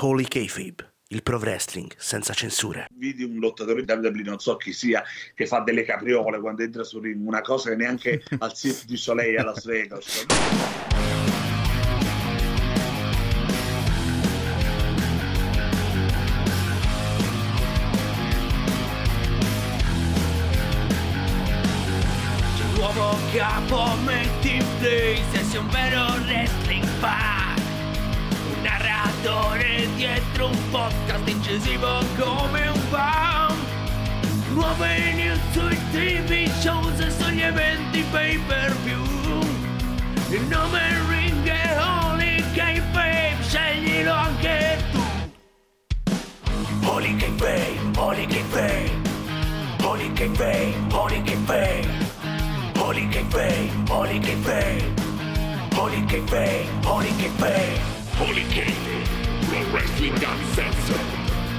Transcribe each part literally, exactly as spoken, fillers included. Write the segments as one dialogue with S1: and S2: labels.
S1: Holy Kayfabe, il pro wrestling senza censure.
S2: Vidi un lottatore di W W E, non so chi sia, che fa delle capriole quando entra sul ring, una cosa che neanche al Cirque du Soleil a Las Vegas.
S3: Nuovo capo, metti in play se sei un vero wrestling fan, un narratore dietro un podcast incisivo come un fan, nuove news sui T V shows e sugli eventi pay per view, il nome ring è Holy Kayfabe, sceglilo anche tu. Holy Kayfabe, Holy Kayfabe, Holy Kayfabe, Holy Kayfabe, Holy Kayfabe, Holy Kayfabe, Holy Kayfabe, Holy Kayfabe, Holy Kayfabe, Pro Wrestling Uncensored.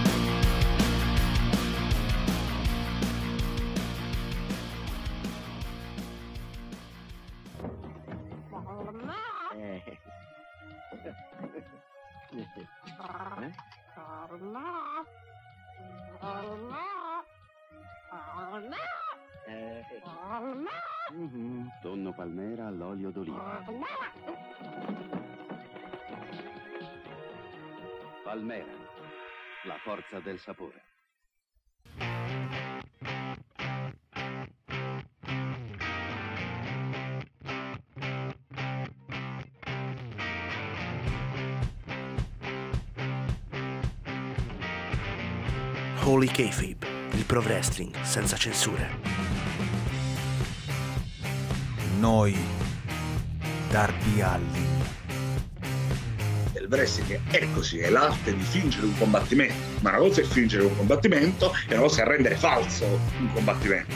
S4: Mm-hmm. Tonno palmera all'olio d'oliva. Palmera, la forza del sapore.
S1: Holy Kayfabe, il pro wrestling senza censure.
S5: Noi, Darby Allin.
S2: Il wrestling è così, è l'arte di fingere un combattimento, ma una cosa è fingere un combattimento e una cosa è rendere falso un combattimento.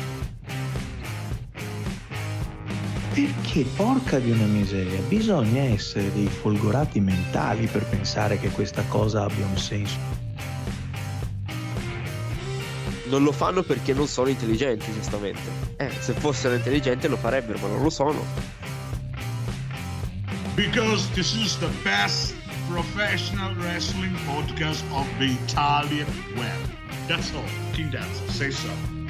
S6: Perché, porca di una miseria, bisogna essere dei folgorati mentali per pensare che questa cosa abbia un senso.
S7: Non lo fanno perché non sono intelligenti, giustamente. Eh, se fossero intelligenti lo farebbero, ma non lo sono.
S8: Because this is the best professional wrestling podcast of the Italian web. That's all. King Dance, say so.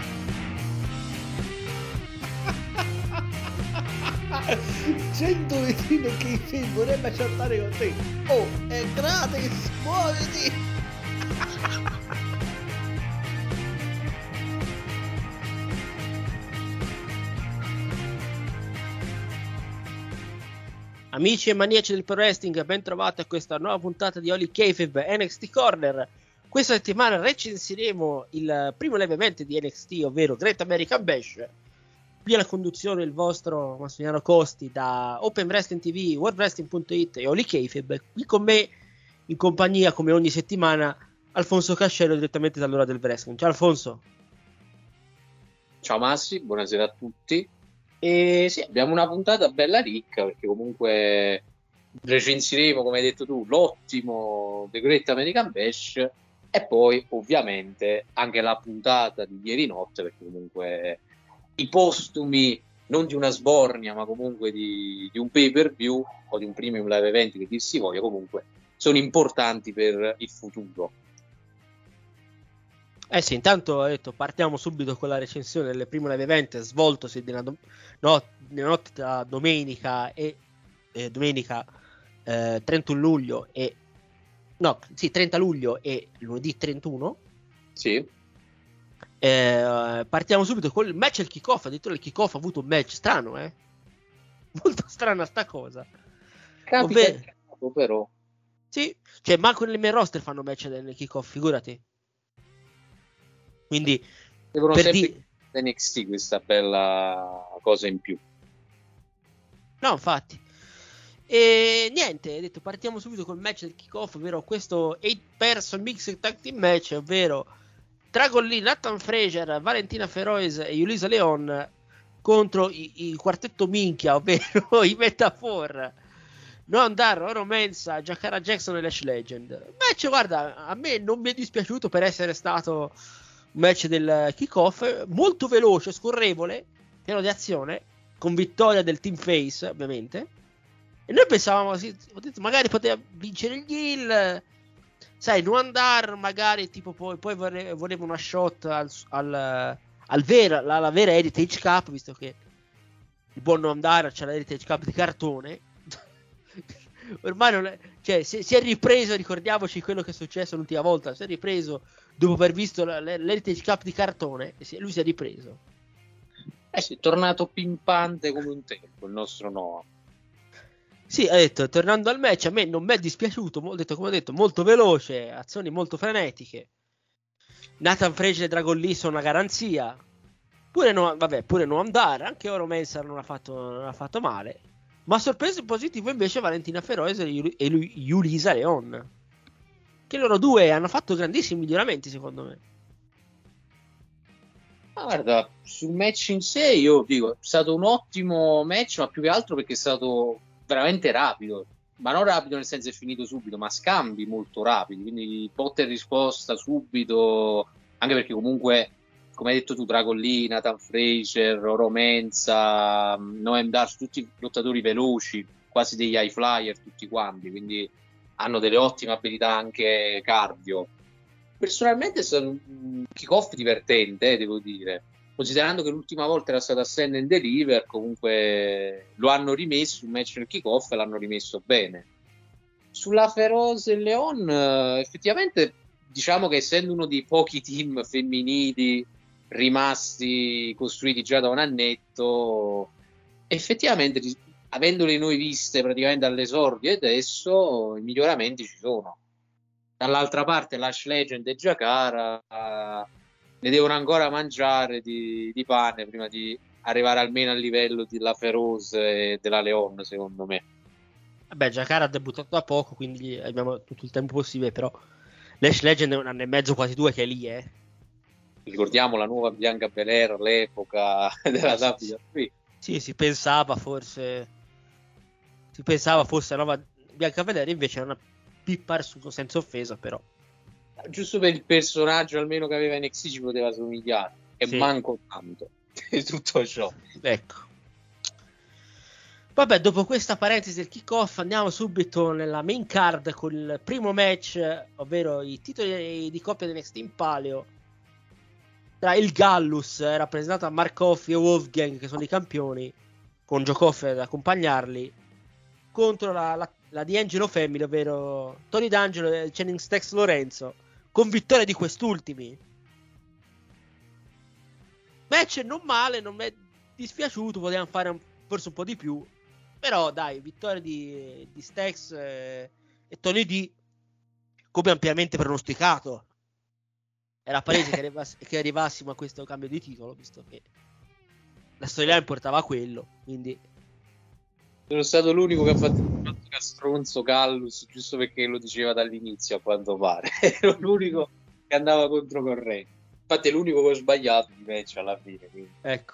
S9: cento vicino che film vorrebbe chattare con te. Oh, è gratis, muoviti!
S10: Amici e maniaci del pro wrestling, ben trovati a questa nuova puntata di Holy Kayfabe N X T Corner. Questa settimana recensiremo il primo live event di N X T, ovvero Great American Bash. Qui alla conduzione il vostro Massimiliano Costi da Open Wrestling T V, world wrestling punto it e Holy Kayfabe. Qui con me, in compagnia come ogni settimana, Alfonso Cascello direttamente dall'Ora del Wrestling. Ciao Alfonso.
S11: Ciao Massi, buonasera a tutti. E sì, abbiamo una puntata bella ricca perché comunque recensiremo, come hai detto tu, l'ottimo The Great American Bash e poi ovviamente anche la puntata di ieri notte, perché comunque i postumi non di una sbornia ma comunque di, di un pay per view o di un premium live event che dir si voglia, comunque sono importanti per il futuro.
S10: Eh sì, intanto ho detto partiamo subito con la recensione del primo live event svoltosi nella, do- no, nella notte tra domenica e eh, domenica eh, trentuno luglio e no, sì, trenta luglio e lunedì trentuno.
S11: Sì.
S10: Eh, partiamo subito con il match al kick-off. Addirittura il kick-off ha avuto un match strano, eh? Molto strana sta cosa.
S11: Capita Ovvero... capo, però.
S10: Sì, cioè manco nelle main roster fanno match nel kick-off, figurati. Quindi
S11: devono
S10: per
S11: sempre
S10: di...
S11: N X T questa bella cosa in più.
S10: No, infatti. E niente, hai detto partiamo subito col match del kickoff, ovvero questo eight person mixed tag team match, ovvero Dragon Lee, Nathan Frazier, Valentina Feroz e Yulisa Leon contro il quartetto minchia, ovvero i Metafor, Noam Dar, Oro Mensa, Jakara Jackson e Lash Legend. Match, guarda, a me non mi è dispiaciuto per essere stato un match del kickoff, molto veloce, scorrevole, pieno di azione, con vittoria del team face, ovviamente. E noi pensavamo, sì, ho detto, magari poteva vincere il Gil, sai, non andare magari tipo poi, poi vole- voleva una shot al, al, al vera, la, la vera Heritage Cup, visto che il buon non andare c'è la Heritage Cup di cartone. Ormai non è, cioè si, si è ripreso, ricordiamoci quello che è successo l'ultima volta, si è ripreso dopo aver visto la, l'Heritage Cup di cartone e si, lui si è ripreso.
S11: Eh sì, è tornato pimpante come un tempo il nostro Noah.
S10: Sì, ha detto, tornando al match, a me non mi è dispiaciuto, ho detto, come ho detto, molto veloce, azioni molto frenetiche. Nathan Frazier e Dragon Lee sono una garanzia. Pure no, vabbè, pure non andare, anche Oro Mensah non ha fatto, non ha fatto male. Ma sorpreso in positivo invece Valentina Feroz e Yulisa Leon. Che loro due hanno fatto grandissimi miglioramenti, secondo me.
S11: Ma guarda, sul match in sé io dico, è stato un ottimo match, ma più che altro perché è stato veramente rapido. Ma non rapido nel senso è finito subito, ma scambi molto rapidi, quindi botta e risposta subito, anche perché comunque, come hai detto tu, Dragon Lee, Nathan Frazier, Oro Mensah, Noam Dar, tutti lottatori veloci, quasi degli high flyer tutti quanti, quindi hanno delle ottime abilità anche cardio. Personalmente è stato un kick-off divertente, eh, devo dire, considerando che l'ultima volta era stato a Stand and Deliver, comunque lo hanno rimesso un match nel kick-off e l'hanno rimesso bene. Sulla Feroz e Leon, eh, effettivamente diciamo che essendo uno dei pochi team femminili rimasti costruiti già da un annetto, effettivamente avendole noi viste praticamente all'esordio e adesso i miglioramenti ci sono. Dall'altra parte Lash Legend e Jakara uh, ne devono ancora mangiare di, di pane prima di arrivare almeno al livello della Feroz e della Leon, secondo me.
S10: Vabbè, Jakara ha debuttato da poco, quindi abbiamo tutto il tempo possibile, però Lash Legend è un anno e mezzo, quasi due, che è lì, eh.
S11: Ricordiamo la nuova Bianca Belair, l'epoca della
S10: eh,
S11: W W E.
S10: Sì, sì, si pensava forse si pensava fosse la nuova Bianca Belair, invece è una pippa su senza offesa, però
S11: giusto per il personaggio almeno che aveva in N X T ci poteva somigliare, e
S10: sì.
S11: manco tanto tutto ciò.
S10: Ecco, vabbè, dopo questa parentesi del kickoff andiamo subito nella main card con il primo match, ovvero i titoli di coppia di N X T in palio tra il Gallus, rappresentato da Mark Coffey e Wolfgang, che sono i campioni, con Joe Coffey ad accompagnarli, contro la, la, la D'Angelo Family, ovvero Tony D'Angelo e Channing Stex Lorenzo, con vittoria di quest'ultimi. Match non male, non mi è dispiaciuto, potevamo fare un, forse un po' di più, però dai, vittoria di, di Stex e, e Tony D, come ampiamente pronosticato. Era palese che, arrivass- che arrivassimo a questo cambio di titolo, visto che la storyline portava a quello, quindi
S11: sono stato l'unico che ha fatto il stronzo Gallus giusto perché lo diceva dall'inizio, a quanto pare. Ero l'unico che andava controcorrente. Infatti è l'unico che ho sbagliato di match alla fine, quindi.
S10: Ecco.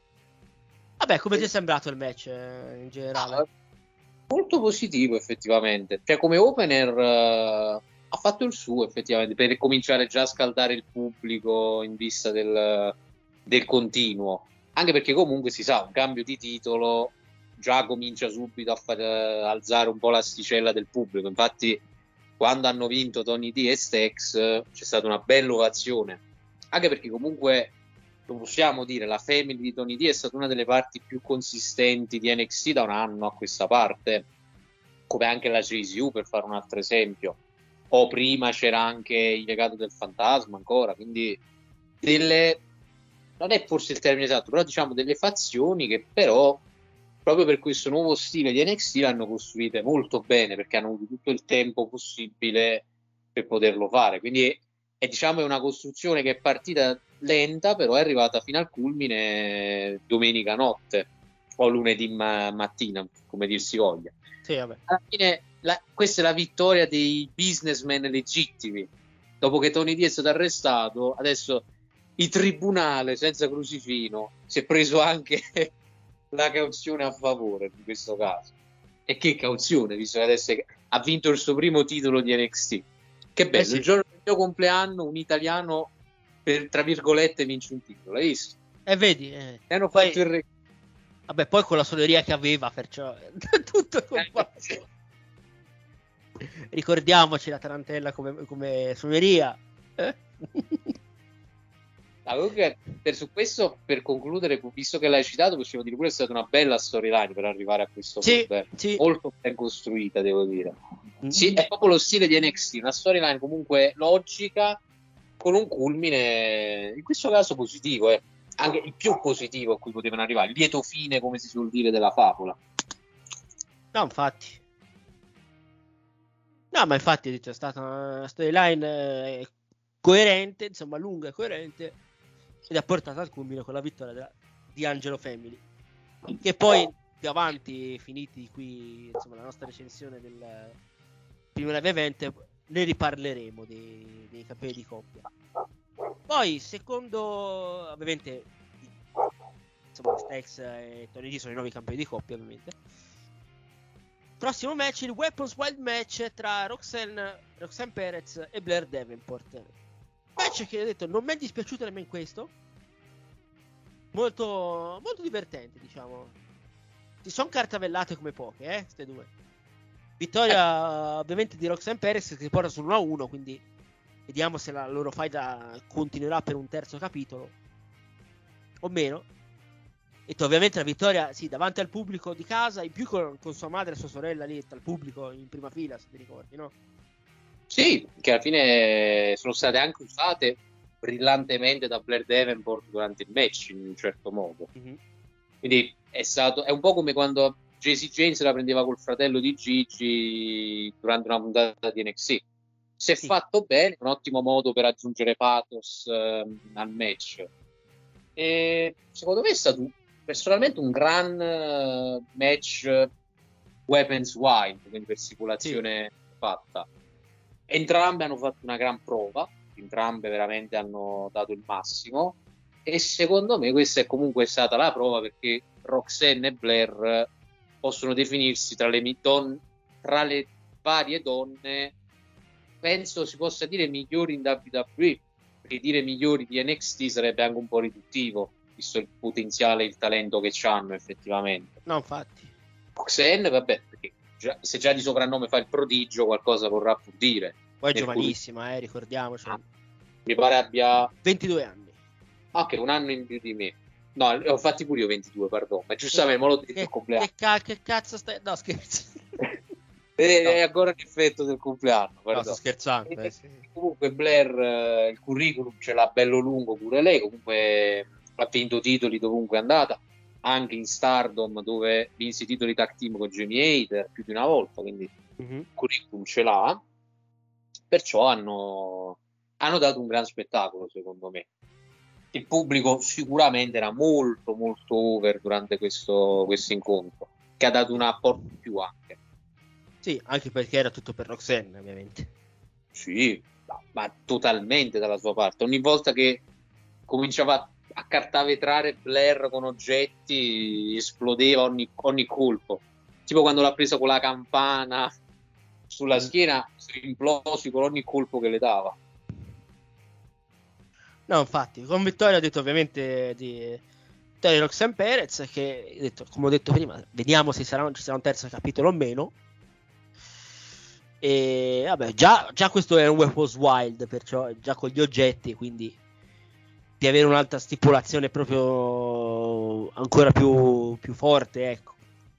S10: Vabbè, come ti è sembrato il match eh, in generale?
S11: Ah, molto positivo effettivamente, cioè come opener uh, ha fatto il suo effettivamente per cominciare già a scaldare il pubblico in vista del, del continuo, anche perché comunque si sa, un cambio di titolo già comincia subito a far uh, alzare un po' l'asticella del pubblico. Infatti quando hanno vinto Tony D e Stex uh, c'è stata una bella ovazione, anche perché comunque lo possiamo dire, la family di Tony D è stata una delle parti più consistenti di N X T da un anno a questa parte, come anche la J S U per fare un altro esempio, o prima c'era anche il legato del fantasma ancora, quindi delle, non è forse il termine esatto, però diciamo delle fazioni che però proprio per questo nuovo stile di N X T l'hanno costruite molto bene, perché hanno avuto tutto il tempo possibile per poterlo fare, quindi è, diciamo, è una costruzione che è partita lenta, però è arrivata fino al culmine domenica notte o lunedì ma- mattina, come dir si voglia.
S10: Sì, vabbè.
S11: Alla fine la, questa è la vittoria dei businessmen legittimi. Dopo che Tony D è stato arrestato, adesso il tribunale senza crucifino si è preso anche la cauzione a favore in questo caso. E che cauzione, visto che adesso ha vinto il suo primo titolo di N X T. Che bello, eh sì. Il giorno del mio compleanno un italiano, per tra virgolette, vince un titolo, l'hai visto?
S10: E eh, vedi, eh.
S11: E hanno
S10: poi,
S11: fatto il re...
S10: Vabbè, poi con la soleria che aveva, perciò tutto comparso. Ricordiamoci la tarantella come, come suoneria. Eh?
S11: Ah, comunque, per, su questo, per concludere, visto che l'hai citato, possiamo dire pure che è stata una bella storyline per arrivare a questo
S10: sì,
S11: punto.
S10: Sì.
S11: Molto ben costruita, devo dire. Mm-hmm. Sì, è proprio lo stile di N X T, una storyline comunque logica, con un culmine, in questo caso positivo, eh. Anche il più positivo a cui potevano arrivare, il lieto fine, come si suol dire, della favola.
S10: No, infatti. No, ma infatti c'è stata una storyline eh, coerente, insomma lunga e coerente, ed ha portato al culmine con la vittoria della, di Angelo Family, che poi più avanti, finiti qui insomma la nostra recensione del primo live event, ne riparleremo dei, dei campioni di coppia. Poi secondo, ovviamente insomma Stex e Tony D sono i nuovi campioni di coppia, ovviamente. Prossimo match, il Weapons Wild match tra Roxanne, Roxanne Perez e Blair Davenport. Match che ho detto non mi è dispiaciuto nemmeno questo. Molto, molto divertente, diciamo. Si sono cartavellate come poche, eh, queste due. Vittoria ovviamente di Roxanne Perez che si porta sull'uno a uno, quindi vediamo se la loro fight continuerà per un terzo capitolo o meno. E ovviamente la vittoria, sì, davanti al pubblico di casa, in più con, con sua madre e sua sorella lì, al pubblico in prima fila, se ti ricordi, no?
S11: Sì, che alla fine sono state anche usate brillantemente da Blair Davenport durante il match, in un certo modo. Mm-hmm. Quindi è stato, è un po' come quando J C James la prendeva col fratello di Gigi durante una puntata di N X T. Se sì. fatto bene, un ottimo modo per aggiungere pathos eh, al match. E secondo me è stato personalmente un gran uh, match uh, weapons wild, quindi per stipulazione sì. fatta. Entrambe hanno fatto una gran prova, entrambe veramente hanno dato il massimo, e secondo me questa è comunque stata la prova, perché Roxanne e Blair possono definirsi tra le, don- tra le varie donne, penso si possa dire migliori in W W E, perché dire migliori di N X T sarebbe anche un po' riduttivo, visto il potenziale e il talento che hanno effettivamente.
S10: No, infatti.
S11: Roxanne, vabbè, perché già, se già di soprannome fa il prodigio, qualcosa vorrà pur dire.
S10: Poi è giovanissima, cui... eh, ricordiamoci.
S11: Ah, mi pare abbia...
S10: ventidue anni.
S11: Ok, un anno in più di me. No, ho fatti pure io ventidue, perdono. Ma giustamente, me l'ho detto
S10: che,
S11: il compleanno.
S10: Che, ca- che cazzo stai... No, scherzo.
S11: È,
S10: no.
S11: è ancora l'effetto del compleanno.
S10: No, sto scherzando.
S11: E,
S10: eh, sì.
S11: Comunque Blair, eh, il curriculum ce l'ha bello lungo pure lei, comunque ha vinto titoli dovunque è andata, anche in Stardom dove vinse i titoli tag team con Jamie Hater più di una volta, quindi mm-hmm. il curriculum ce l'ha, perciò hanno, hanno dato un gran spettacolo secondo me. Il pubblico sicuramente era molto molto over durante questo, questo incontro, che ha dato un apporto in più anche.
S10: Sì, anche perché era tutto per Roxanne ovviamente.
S11: Sì, ma, ma totalmente dalla sua parte. Ogni volta che cominciava a cartavetrare Blair con oggetti esplodeva ogni, ogni colpo, tipo quando l'ha presa con la campana sulla schiena, implosi con ogni colpo che le dava.
S10: No, infatti, con vittoria ho detto ovviamente di, di Roxanne Perez, che detto, come ho detto prima, vediamo se sarà, ci sarà un terzo capitolo o meno. E vabbè, già, già questo è un Weapons Wild, perciò già con gli oggetti, quindi di avere un'altra stipulazione proprio ancora più, più forte, ecco.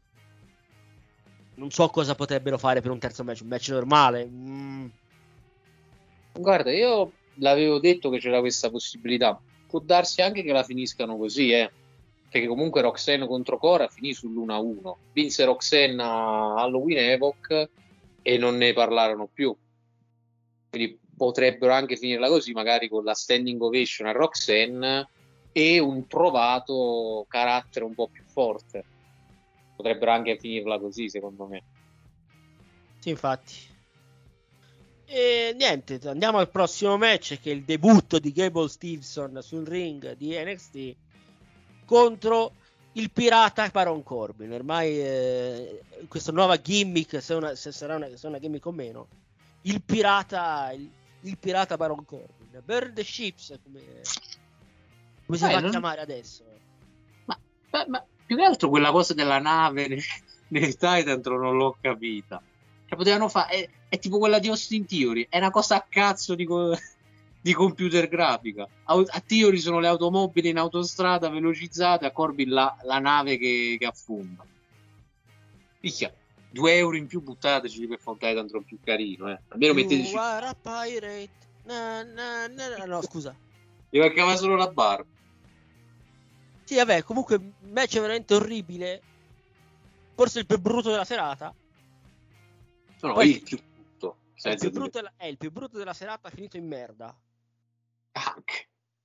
S10: Non so cosa potrebbero fare per un terzo match, un match normale. Mm.
S11: Guarda, io l'avevo detto che c'era questa possibilità. Può darsi anche che la finiscano così, eh. Perché comunque Roxanne contro Cora finì sull'uno a uno. Vinse Roxanne a Halloween Evoc e non ne parlarono più. Quindi potrebbero anche finirla così, magari con la standing ovation a Roxanne e un trovato carattere un po' più forte. Potrebbero anche finirla così, secondo me.
S10: Sì, infatti. E niente, andiamo al prossimo match, che è il debutto di Gable Stevenson sul ring di N X T contro il pirata Baron Corbin. Ormai eh, questa nuova gimmick, se, una, se sarà una, se una gimmick o meno, il pirata il, il pirata Baron Corbin, Burn the Ships, come, come si
S11: Beh,
S10: va
S11: non...
S10: a chiamare adesso.
S11: Ma, ma, ma più che altro quella cosa della nave nel, nel Titan non l'ho capita. Cioè, potevano fare, è, è tipo quella di Austin Theory, è una cosa a cazzo di, co- di computer grafica. A, a Theory sono le automobili in autostrada velocizzate, a Corbin la, la nave che, che affonda. Picchia, due euro in più buttateci per fare un Titan più carino, eh. Almeno metteteci...
S10: You are a pirate. Na, na, na, na. No, scusa.
S11: Mi mancava solo la barba.
S10: Sì, vabbè, comunque il match è veramente orribile. Forse il più brutto della serata.
S11: No,
S10: Poi,
S11: il più brutto.
S10: È il più brutto, della, è il più brutto della serata, finito in merda.
S11: Anche.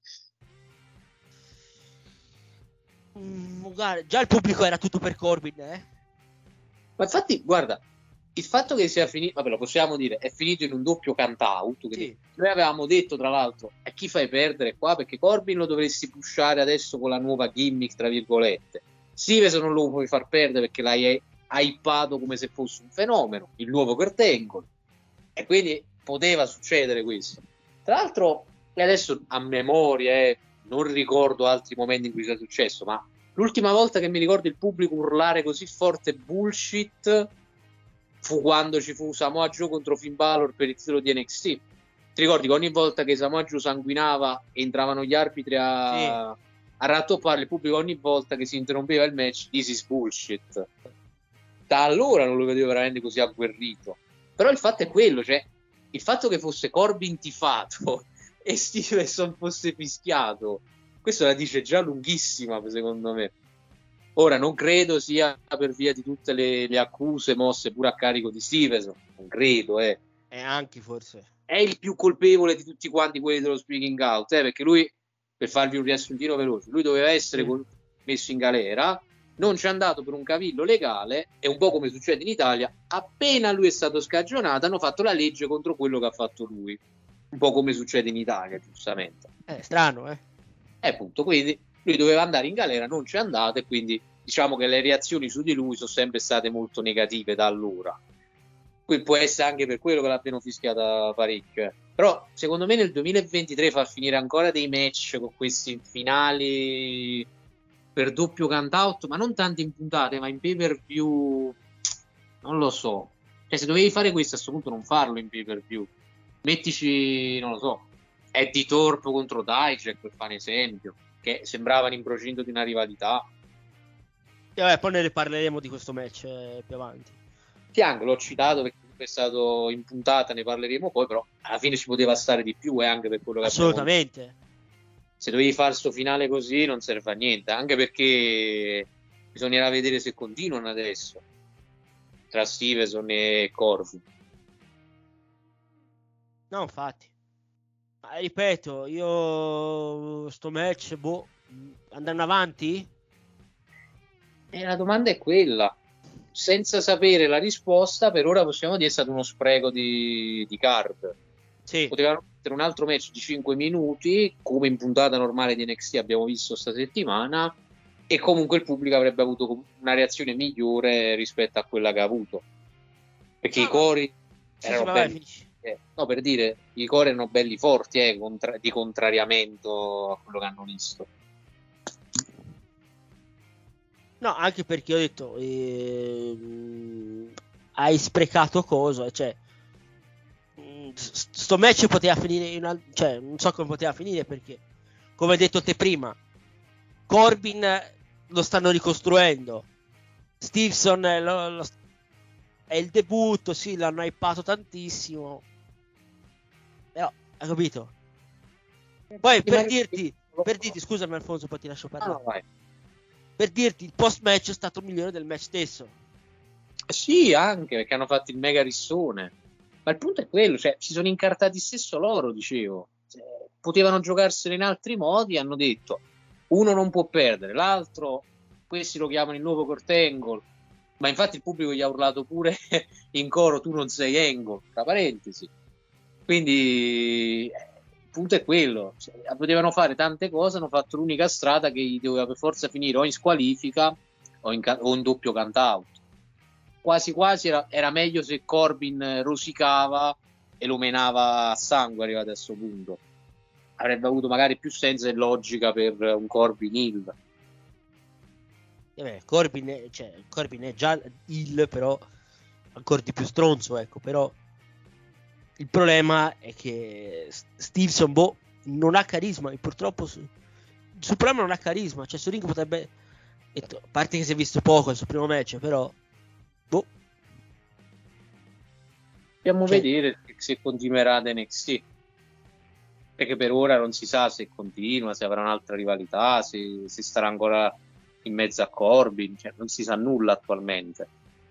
S10: Mm, guarda, già il pubblico era tutto per Corbin, eh.
S11: Ma infatti, guarda, il fatto che sia finito, vabbè, lo possiamo dire, è finito in un doppio count-out.
S10: Sì.
S11: Noi avevamo detto, tra l'altro, a chi fai perdere qua? Perché Corbin lo dovresti pushare adesso con la nuova gimmick, tra virgolette. Stevens non lo puoi far perdere perché l'hai hypato come se fosse un fenomeno, il nuovo Kurt Angle, e quindi poteva succedere questo. Tra l'altro, e adesso a memoria, eh, non ricordo altri momenti in cui sia successo, ma l'ultima volta che mi ricordo il pubblico urlare così forte bullshit fu quando ci fu Samoa Joe contro Finn Balor per il titolo di N X T. Ti ricordi che ogni volta che Samoa Joe sanguinava e entravano gli arbitri a, sì. a rattoppare il pubblico, ogni volta che si interrompeva il match, this is bullshit. Da allora non lo vedevo veramente così agguerrito. Però il fatto è quello, cioè il fatto che fosse Corbin tifato e Stevenson fosse fischiato, questo la dice già lunghissima, secondo me. Ora non credo sia per via di tutte le, le accuse mosse pure a carico di Stevenson, non credo, eh.
S10: E anche forse
S11: è il più colpevole di tutti quanti quelli dello speaking out, eh, perché lui, per farvi un riassuntino veloce, lui doveva essere mm. messo in galera, non ci è andato per un cavillo legale, e un po' come succede in Italia, appena lui è stato scagionato hanno fatto la legge contro quello che ha fatto lui, un po' come succede in Italia, giustamente.
S10: È strano, eh.
S11: Eh, appunto, quindi lui doveva andare in galera, non ci è andato, e quindi diciamo che le reazioni su di lui sono sempre state molto negative da allora. Qui può essere anche per quello che l'abbiano fischiata parecchio, eh. Però secondo me nel duemilaventitré far finire ancora dei match con questi finali per doppio count-out, ma non tanto in puntate, ma in pay-per-view, non lo so. Cioè, se dovevi fare questo, a questo punto non farlo in pay-per-view. Mettici, non lo so, Eddie Thorpe contro Dijak, per fare un esempio, che sembravano in procinto di una rivalità.
S10: E vabbè, poi ne parleremo di questo match eh, più avanti.
S11: Sì, anche l'ho citato perché è stato in puntata, ne parleremo poi, però alla fine ci poteva stare di più, e eh, anche per quello che
S10: assolutamente abbiamo...
S11: se dovevi fare sto finale così non serve a niente, anche perché bisognerà vedere se continuano adesso tra Stevenson e Corbin.
S10: No, infatti, ma ripeto, io sto match, boh, andranno avanti?
S11: E la domanda è quella. Senza sapere la risposta, per ora possiamo dire è stato uno spreco di, di card.
S10: Sì.
S11: Potevano mettere un altro match di cinque minuti, come in puntata normale di N X T abbiamo visto sta settimana, e comunque il pubblico avrebbe avuto una reazione migliore rispetto a quella che ha avuto. Perché ah, i cori
S10: sì,
S11: erano
S10: sì,
S11: belli. Eh, no, per dire, i cori erano belli forti, eh, contra- di contrariamento a quello che hanno visto.
S10: No, anche perché ho detto ehm, hai sprecato cosa, cioè mh, sto match poteva finire in una, cioè non so come poteva finire, perché come hai detto te prima, Corbin lo stanno ricostruendo, Stevenson lo, lo, è il debutto, sì, l'hanno hypato tantissimo, però hai capito? Poi per dirti, per dirti scusami Alfonso, poi ti lascio parlare.
S11: Ah, no, vai.
S10: Per dirti, il post match è stato migliore del match stesso.
S11: Sì, anche perché hanno fatto il mega rissone. Ma il punto è quello, cioè si sono incartati stesso loro, dicevo. Cioè, potevano giocarsene in altri modi, hanno detto uno non può perdere, l'altro, questi lo chiamano il nuovo Kurt Angle, ma infatti il pubblico gli ha urlato pure in coro tu non sei Angle, tra parentesi. Quindi il punto è quello, cioè, potevano fare tante cose, hanno fatto l'unica strada che gli doveva per forza finire o in squalifica o in, o in doppio count-out. Quasi quasi era, era meglio se Corbin rosicava e lo menava a sangue arrivato a questo punto. Avrebbe avuto magari più senso e logica per un Corbin heel.
S10: Eh beh, Corbin, è, cioè, Corbin è già heel, però ancora di più stronzo, ecco, però il problema è che Stevenson, boh, non ha carisma, e purtroppo su, il suo problema non ha carisma, cioè su ring potrebbe, a parte che si è visto poco il suo primo match, però boh.
S11: Dobbiamo
S10: Cioè-
S11: vedere se continuerà ad N X T, perché per ora non si sa se continua, se avrà un'altra rivalità, se, se starà ancora in mezzo a Corbin, cioè non si sa nulla attualmente.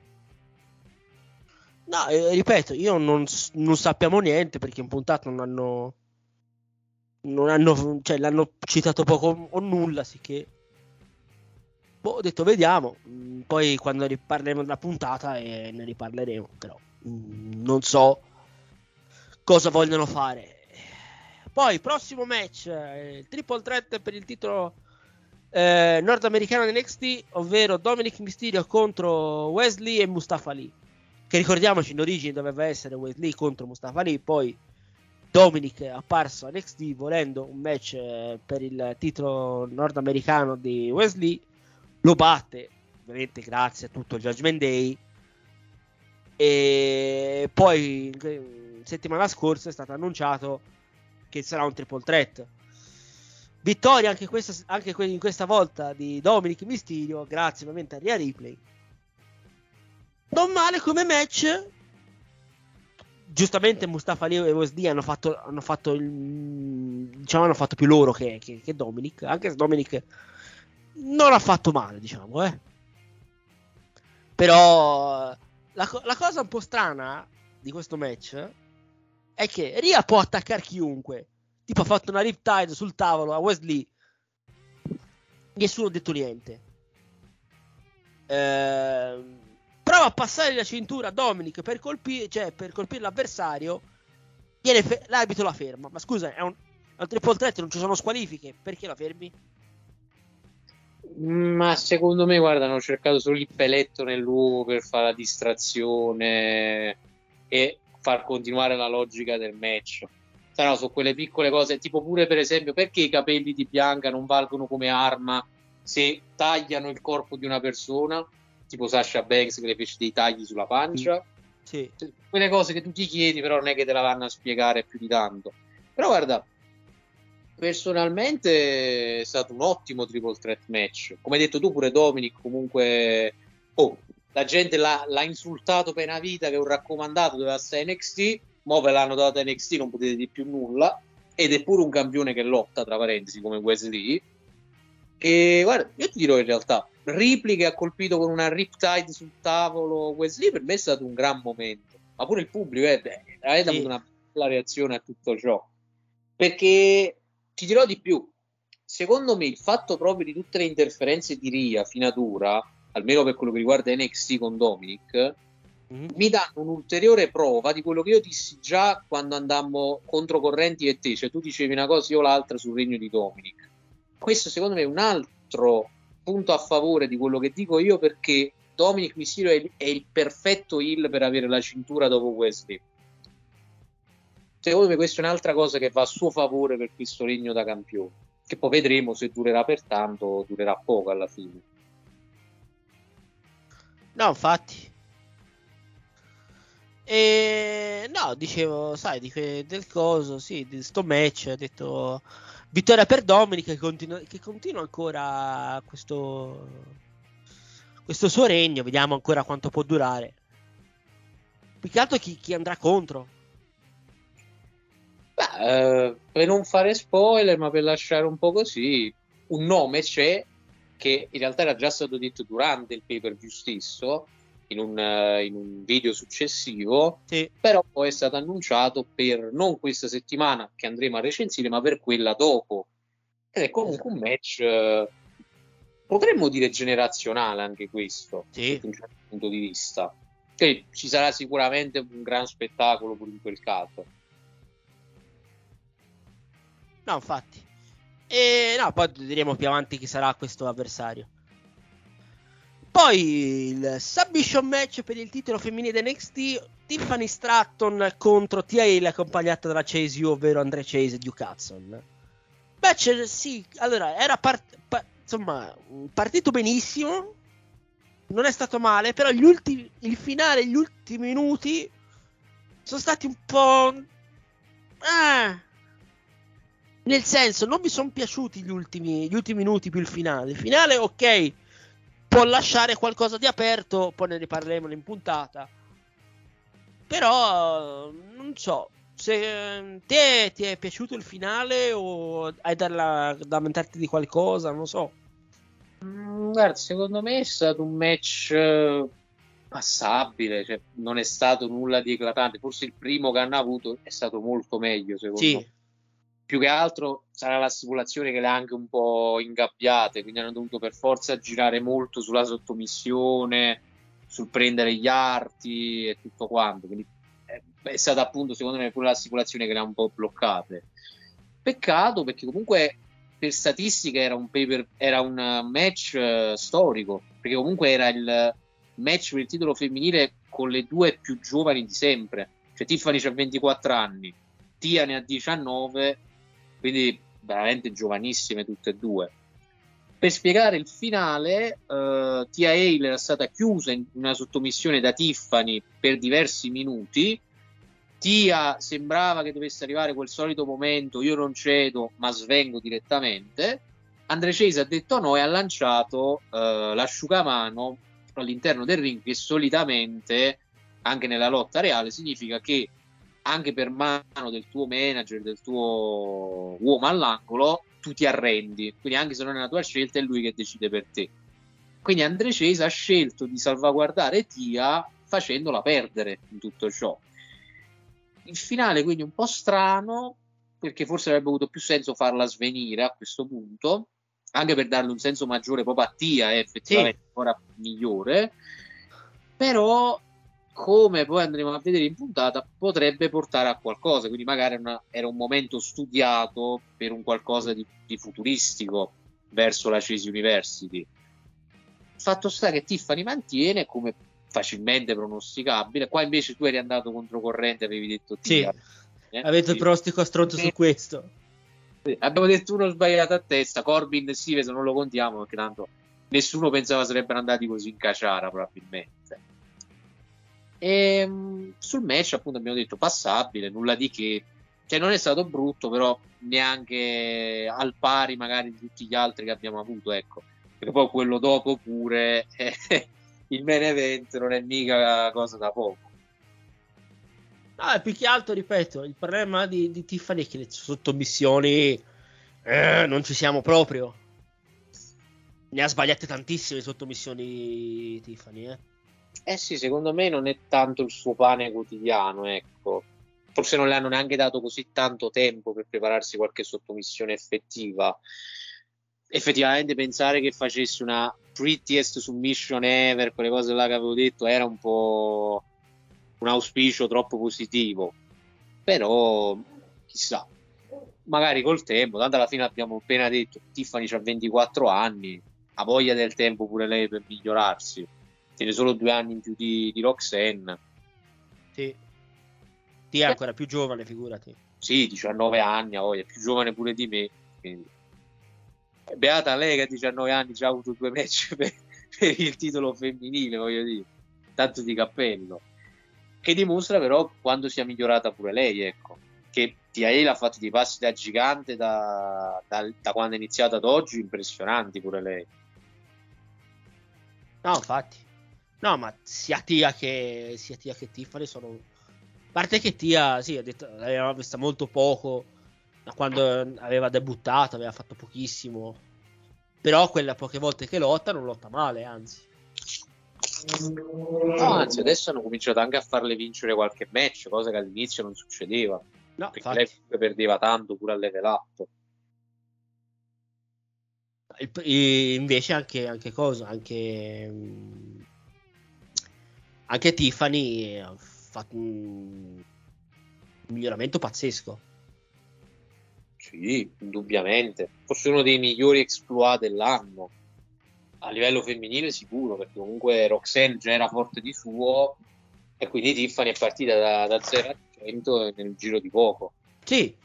S10: No, eh, ripeto, io non, s- non sappiamo niente perché in puntata non hanno, non hanno, cioè l'hanno citato poco o nulla, sì che, boh, ho detto vediamo, Mm, poi quando riparleremo della puntata eh, ne riparleremo, però mm, non so cosa vogliono fare. Poi prossimo match, eh, il triple threat per il titolo eh, nordamericano di N X T, ovvero Dominic Mysterio contro Wesley e Mustafa Ali, che ricordiamoci in origine doveva essere Wesley contro Mustafa Ali, poi Dominic è apparso a N X T volendo un match eh, per il titolo nordamericano di Wesley, lo batte ovviamente grazie a tutto il Judgment Day, e poi eh, settimana scorsa è stato annunciato che sarà un triple threat. Vittoria anche, questa, anche que- in questa volta di Dominic Mysterio, grazie ovviamente a Rhea Ripley. Non male come match. Giustamente Mustafa Ali e Wesley hanno fatto, hanno fatto il, diciamo hanno fatto più loro che, che, che Dominic, anche se Dominic non ha fatto male, diciamo, eh. Però la, co- la cosa un po' strana di questo match è che Rhea può attaccare chiunque. Tipo ha fatto una riptide sul tavolo a Wesley, nessuno ha detto niente. Ehm, prova a passare la cintura a Dominic per colpire, cioè per colpire l'avversario, viene fe- l'arbitro la ferma. Ma scusa, è un, è un triple threat, non ci sono squalifiche, perché la fermi?
S11: Ma secondo me, guarda, hanno cercato solo il peletto nell'uovo per fare la distrazione e far continuare la logica del match. Però su quelle piccole cose, tipo pure per esempio, perché i capelli di Bianca non valgono come arma se tagliano il corpo di una persona, tipo Sasha Banks che le fece dei tagli sulla pancia.
S10: Sì.
S11: Quelle cose che tu ti chiedi, però non è che te la vanno a spiegare più di tanto. Però guarda, personalmente è stato un ottimo triple threat match. Come hai detto tu, pure Dominic comunque, oh, la gente l'ha, l'ha insultato per una vita, che è un raccomandato, doveva stare N X T, mo ve l'hanno dato a N X T, non potete di più nulla, ed è pure un campione che lotta, tra parentesi, come Wesley. E guarda, io ti dirò in realtà, Ripley che ha colpito con una riptide sul tavolo Wesley, per me è stato un gran momento, ma pure il pubblico eh, beh, avete
S10: Sì.
S11: avuto una bella reazione a tutto ciò, perché ti dirò di più, secondo me il fatto proprio di tutte le interferenze di Rhea fino ad ora, almeno per quello che riguarda N X T con Dominic,
S10: Mm-hmm.
S11: mi danno un'ulteriore prova di quello che io dissi già quando andammo controcorrenti e te, cioè tu dicevi una cosa io l'altra sul regno di Dominic. Questo secondo me è un altro punto a favore di quello che dico io, perché Dominic Mysterio è il, è il perfetto heel per avere la cintura dopo Wesley. Secondo me questa è un'altra cosa che va a suo favore per questo regno da campione, che poi vedremo se durerà per tanto o durerà poco alla fine.
S10: No, infatti. E no, dicevo, sai, di que- del coso, sì, di sto match, ho detto vittoria per Dominic che continua, che continua ancora questo questo suo regno, vediamo ancora quanto può durare. Più che altro chi, chi andrà contro.
S11: Beh, eh, per non fare spoiler, ma per lasciare un po' così, un nome c'è che in realtà era già stato detto durante il pay-per-view stesso, in un, uh, in un video successivo,
S10: sì.
S11: Però poi è stato annunciato per non questa settimana che andremo a recensire, ma per quella dopo. Ed è comunque un match, uh, potremmo dire generazionale anche questo,
S10: sì.
S11: Da un certo punto di vista. Che ci sarà sicuramente un gran spettacolo pure in quel caso.
S10: No, infatti. E no, poi diremo più avanti chi sarà questo avversario. Poi il submission match per il titolo femminile N X T, Tiffany Stratton contro T I L accompagnata dalla Chase U, ovvero Andre Chase e Duke Hudson. Match, sì, allora, era part- pa- insomma, partito benissimo, non è stato male, però gli ultimi, il finale, gli ultimi minuti sono stati un po'... Ah. Nel senso, non mi sono piaciuti gli ultimi, gli ultimi minuti più il finale. Il finale, ok, può lasciare qualcosa di aperto, poi ne riparleremo in puntata. Però, non so, se te ti è piaciuto il finale o hai da, da lamentarti di qualcosa, non so.
S11: Mm, guarda, secondo me è stato un match eh, passabile, cioè non è stato nulla di eclatante. Forse il primo che hanno avuto è stato molto meglio, secondo
S10: Sì.
S11: me. Più che altro sarà la stipulazione che le ha anche un po' ingabbiate, quindi hanno dovuto per forza girare molto sulla sottomissione, sul prendere gli arti e tutto quanto, quindi è stata appunto secondo me pure la stipulazione che le ha un po' bloccate. Peccato, perché comunque per statistica era un paper, era un match uh, storico, perché comunque era il match per il titolo femminile con le due più giovani di sempre, cioè Tiffany c'ha ventiquattro anni, Tia ne ha diciannove, quindi veramente giovanissime tutte e due. Per spiegare il finale, uh, Tia Hale era stata chiusa in una sottomissione da Tiffany per diversi minuti. Tia sembrava che dovesse arrivare quel solito momento, io non cedo ma svengo direttamente. Andre Chase ha detto no e ha lanciato uh, l'asciugamano all'interno del ring, che solitamente anche nella lotta reale significa che anche per mano del tuo manager, del tuo uomo all'angolo, tu ti arrendi, quindi anche se non è una tua scelta è lui che decide per te. Quindi Andre Chase ha scelto di salvaguardare Tia facendola perdere in tutto ciò. Il finale quindi un po' strano, perché forse avrebbe avuto più senso farla svenire a questo punto, anche per darle un senso maggiore proprio a Tia, è effettivamente sì. Ancora migliore, però come poi andremo a vedere in puntata potrebbe portare a qualcosa, quindi magari una, era un momento studiato per un qualcosa di, di futuristico verso la Chase University. Fatto sta che Tiffany mantiene come facilmente pronosticabile, qua invece tu eri andato controcorrente, avevi detto Tia.
S10: Sì, eh? Avete il pronostico a stronzo su questo.
S11: Sì. Abbiamo detto uno sbagliato a testa, Corbin e Stevens non lo contiamo perché tanto nessuno pensava sarebbero andati così in caciara probabilmente. E sul match appunto abbiamo detto passabile, nulla di che, cioè non è stato brutto, però neanche al pari magari di tutti gli altri che abbiamo avuto, ecco, perché poi quello dopo pure eh, il main event non è mica cosa da poco.
S10: Ah, più che altro, ripeto, il problema di, di Tiffany è che le sottomissioni eh, non ci siamo proprio. Ne ha sbagliate tantissime sottomissioni Tiffany, eh.
S11: Eh sì, secondo me non è tanto il suo pane quotidiano, ecco. Forse non le hanno neanche dato così tanto tempo per prepararsi qualche sottomissione effettiva. Effettivamente pensare che facessi una prettiest submission ever, quelle cose là che avevo detto, era un po' un auspicio troppo positivo. Però, chissà, magari col tempo, tanto alla fine abbiamo appena detto, Tiffany c'ha ventiquattro anni, ha voglia del tempo pure lei per migliorarsi. Tiene solo due anni in più di, di Roxanne.
S10: Sì. Ti è ancora più giovane, figurati.
S11: Sì, diciannove anni, oh, è più giovane pure di me. Quindi. Beata lei che a diciannove anni già ha avuto due match per, per il titolo femminile, voglio dire. Tanto di cappello. Che dimostra però quando sia migliorata pure lei, ecco. Che Tia Hale ha fatto dei passi da gigante da, da, da quando è iniziata ad oggi, impressionanti pure lei.
S10: No, infatti. No, ma sia Tia che sia Tia che Tiffany sono. A parte che Tia, sì, ha detto, l'aveva vista molto poco da quando aveva debuttato, aveva fatto pochissimo. Però quelle poche volte che lotta non lotta male, anzi.
S11: No, anzi, adesso hanno cominciato anche a farle vincere qualche match, cosa che all'inizio non succedeva.
S10: No,
S11: perché
S10: infatti.
S11: lei perdeva tanto pure al level up.
S10: E invece anche, anche cosa, anche anche Tiffany ha fatto un miglioramento pazzesco.
S11: Sì, indubbiamente. Forse uno dei migliori exploit dell'anno. A livello femminile sicuro, perché comunque Roxanne già era forte di suo e quindi Tiffany è partita da, da zero a cento nel giro di poco.
S10: Sì.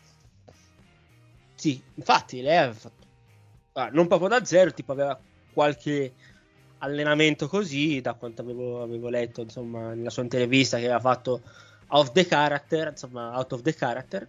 S10: Sì, infatti lei ha fatto ah, non proprio da zero, tipo aveva qualche allenamento così, da quanto avevo, avevo letto, insomma, nella sua intervista che aveva fatto Off the Character, insomma, Out of the Character,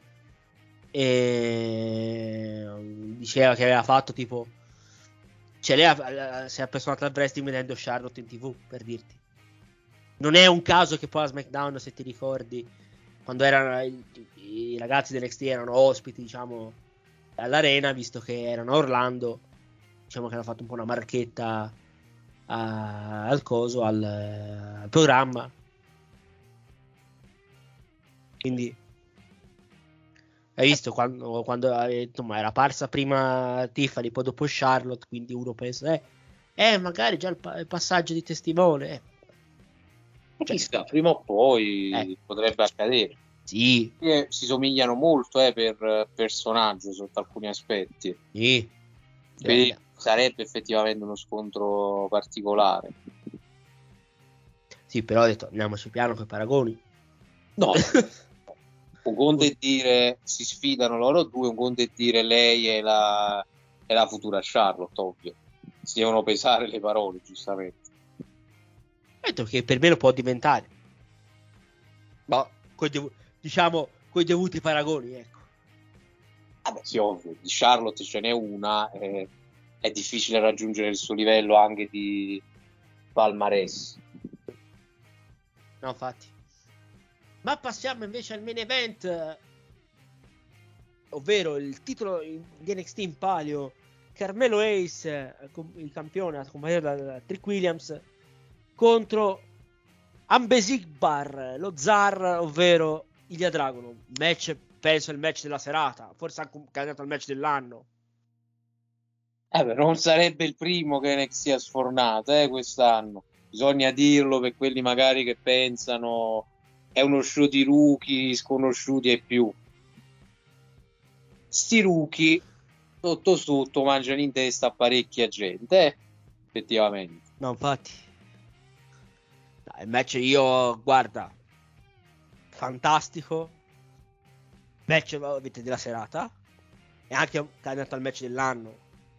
S10: e diceva che aveva fatto tipo, cioè lei ha, si è appassionata al wrestling vedendo Charlotte in tv, per dirti. Non è un caso che poi a SmackDown, se ti ricordi, quando erano i, i ragazzi dell'N X T erano ospiti, diciamo, all'arena, visto che erano a Orlando, diciamo che hanno fatto un po' una marchetta a, al coso, al, al programma. Quindi hai visto quando, quando insomma, era parsa prima Tiffany, poi dopo Charlotte, quindi uno pensa eh, eh magari già il, pa- il passaggio di testimone, eh.
S11: Cioè, chissà, prima o poi
S10: eh.
S11: potrebbe accadere.
S10: Sì,
S11: e si somigliano molto eh, per personaggio sotto alcuni aspetti.
S10: Sì.
S11: Quindi
S10: Eh.
S11: sarebbe effettivamente uno scontro particolare.
S10: Sì, però ho detto andiamoci piano con i paragoni.
S11: No. Un conto è dire si sfidano loro due, un conto è dire lei è la, è la futura Charlotte, ovvio. Si devono pesare le parole, giustamente.
S10: Ho detto che per me lo può diventare. Ma coi devu- diciamo coi dovuti paragoni, ecco.
S11: Vabbè, sì, ovvio, di Charlotte ce n'è una, eh, è difficile raggiungere il suo livello anche di palmarès.
S10: No, infatti. Ma passiamo invece al main event, ovvero il titolo di N X T in palio. Carmelo Hayes, il campione, accompagnato da, da Trick Williams, contro Ambezigbar, lo zar, ovvero Ilya Dragunov. Match, penso il match della serata, forse anche un candidato al match dell'anno.
S11: Eh beh, non sarebbe il primo che N X T ha sfornato eh, quest'anno. Bisogna dirlo per quelli magari che pensano è uno show di rookie, sconosciuti e più. Sti rookie sotto sotto mangiano in testa a parecchia gente, eh? Effettivamente.
S10: No, infatti. Dai, il match io, guarda, fantastico. Match ovviamente della serata. E anche candidato al match dell'anno.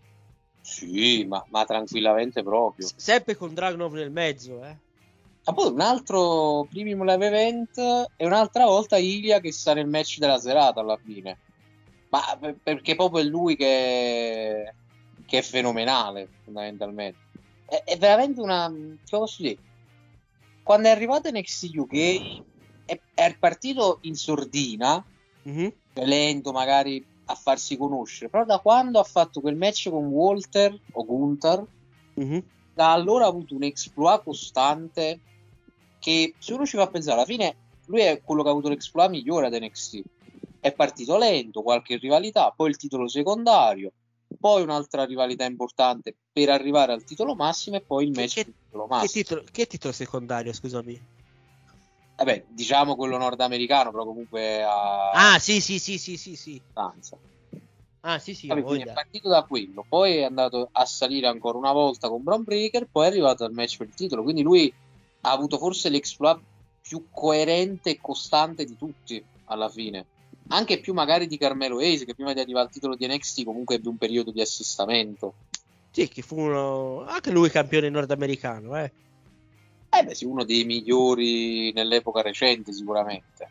S11: Sì, ma, ma tranquillamente proprio.
S10: S- sempre con Dragunov nel mezzo, eh.
S11: Ma poi un altro premium live event e un'altra volta Ilya che sta nel match della serata alla fine. Ma per, perché proprio è lui che, che è fenomenale, fondamentalmente. È, è veramente una... Come posso dire? Quando è arrivato N X T U K è, è partito in sordina,
S10: mm-hmm.
S11: lento magari a farsi conoscere, però da quando ha fatto quel match con Walter o Gunther,
S10: mm-hmm.
S11: da allora ha avuto un exploit costante che se uno ci fa pensare alla fine lui è quello che ha avuto l'exploit migliore ad N X T. È partito lento, qualche rivalità, poi il titolo secondario, poi un'altra rivalità importante per arrivare al titolo massimo e poi il match
S10: che,
S11: del titolo massimo.
S10: Che titolo, che titolo secondario, scusami?
S11: Vabbè, diciamo quello nordamericano, però comunque a...
S10: Ah, sì, sì, sì, sì, sì, sì.
S11: Stanza.
S10: Ah, sì, sì,
S11: Vabbè, quindi è partito da quello, poi è andato a salire ancora una volta con Bron Breakker, poi è arrivato al match per il titolo, quindi lui ha avuto forse l'exploit più coerente e costante di tutti alla fine, anche più magari di Carmelo Hayes, che prima di arrivare al titolo di N X T comunque ebbe un periodo di assestamento.
S10: Sì, che fu uno... anche lui campione nordamericano, eh.
S11: Eh beh sì, uno dei migliori nell'epoca recente sicuramente.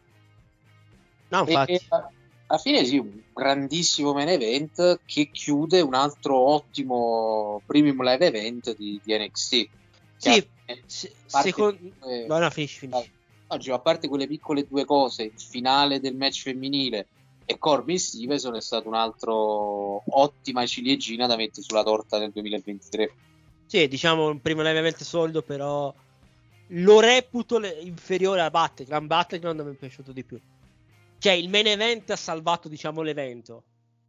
S10: No, infatti.
S11: E, e, alla fine sì, un grandissimo main event che chiude un altro ottimo premium live event di, di N X T.
S10: Sì, se, secondo...
S11: Eh,
S10: no, no, finisci, finisci.
S11: Oggi, a parte quelle piccole due cose, il finale del match femminile e Corbin Stevenson è stato un'altra ottima ciliegina da mettere sulla torta nel duemilaventitré.
S10: Sì, diciamo un primo live event solido, però lo reputo le... inferiore a Battleground. Battleground mi è piaciuto di più. Cioè, il main event ha salvato, diciamo, l'evento.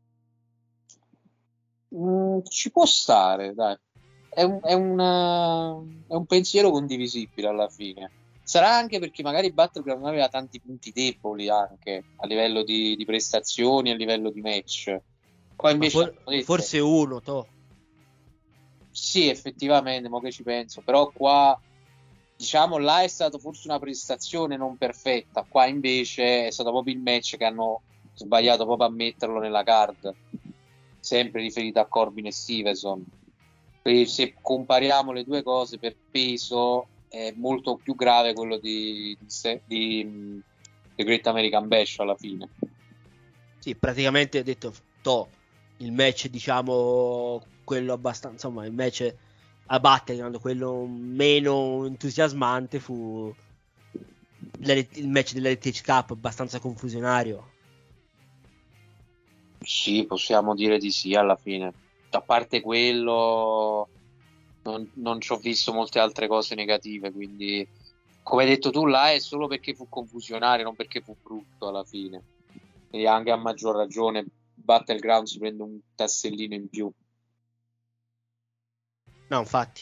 S11: Mm, ci può stare, dai. È un, è, una, è un pensiero condivisibile alla fine. Sarà anche perché magari Battleground aveva tanti punti deboli anche a livello di, di prestazioni, a livello di match. Qua invece
S10: for-
S11: detto,
S10: forse uno, to.
S11: Sì, effettivamente, mo che ci penso, però qua diciamo là è stata forse una prestazione non perfetta, qua invece è stato proprio il match che hanno sbagliato proprio a metterlo nella card, sempre riferito a Corbin e Stevenson, Se compariamo le due cose per peso, è molto più grave quello di, di, di The Great American Bash alla fine.
S10: Sì, praticamente detto to, il match, diciamo, quello abbastanza, insomma, il match a Battleground, quello meno entusiasmante fu il match dell'Heritage Cup, abbastanza confusionario.
S11: Sì, possiamo dire di sì alla fine. A parte quello, non, non ci ho visto molte altre cose negative, quindi come hai detto tu là è solo perché fu confusionario, non perché fu brutto alla fine. E anche a maggior ragione Battleground si prende un tassellino in più.
S10: No, infatti.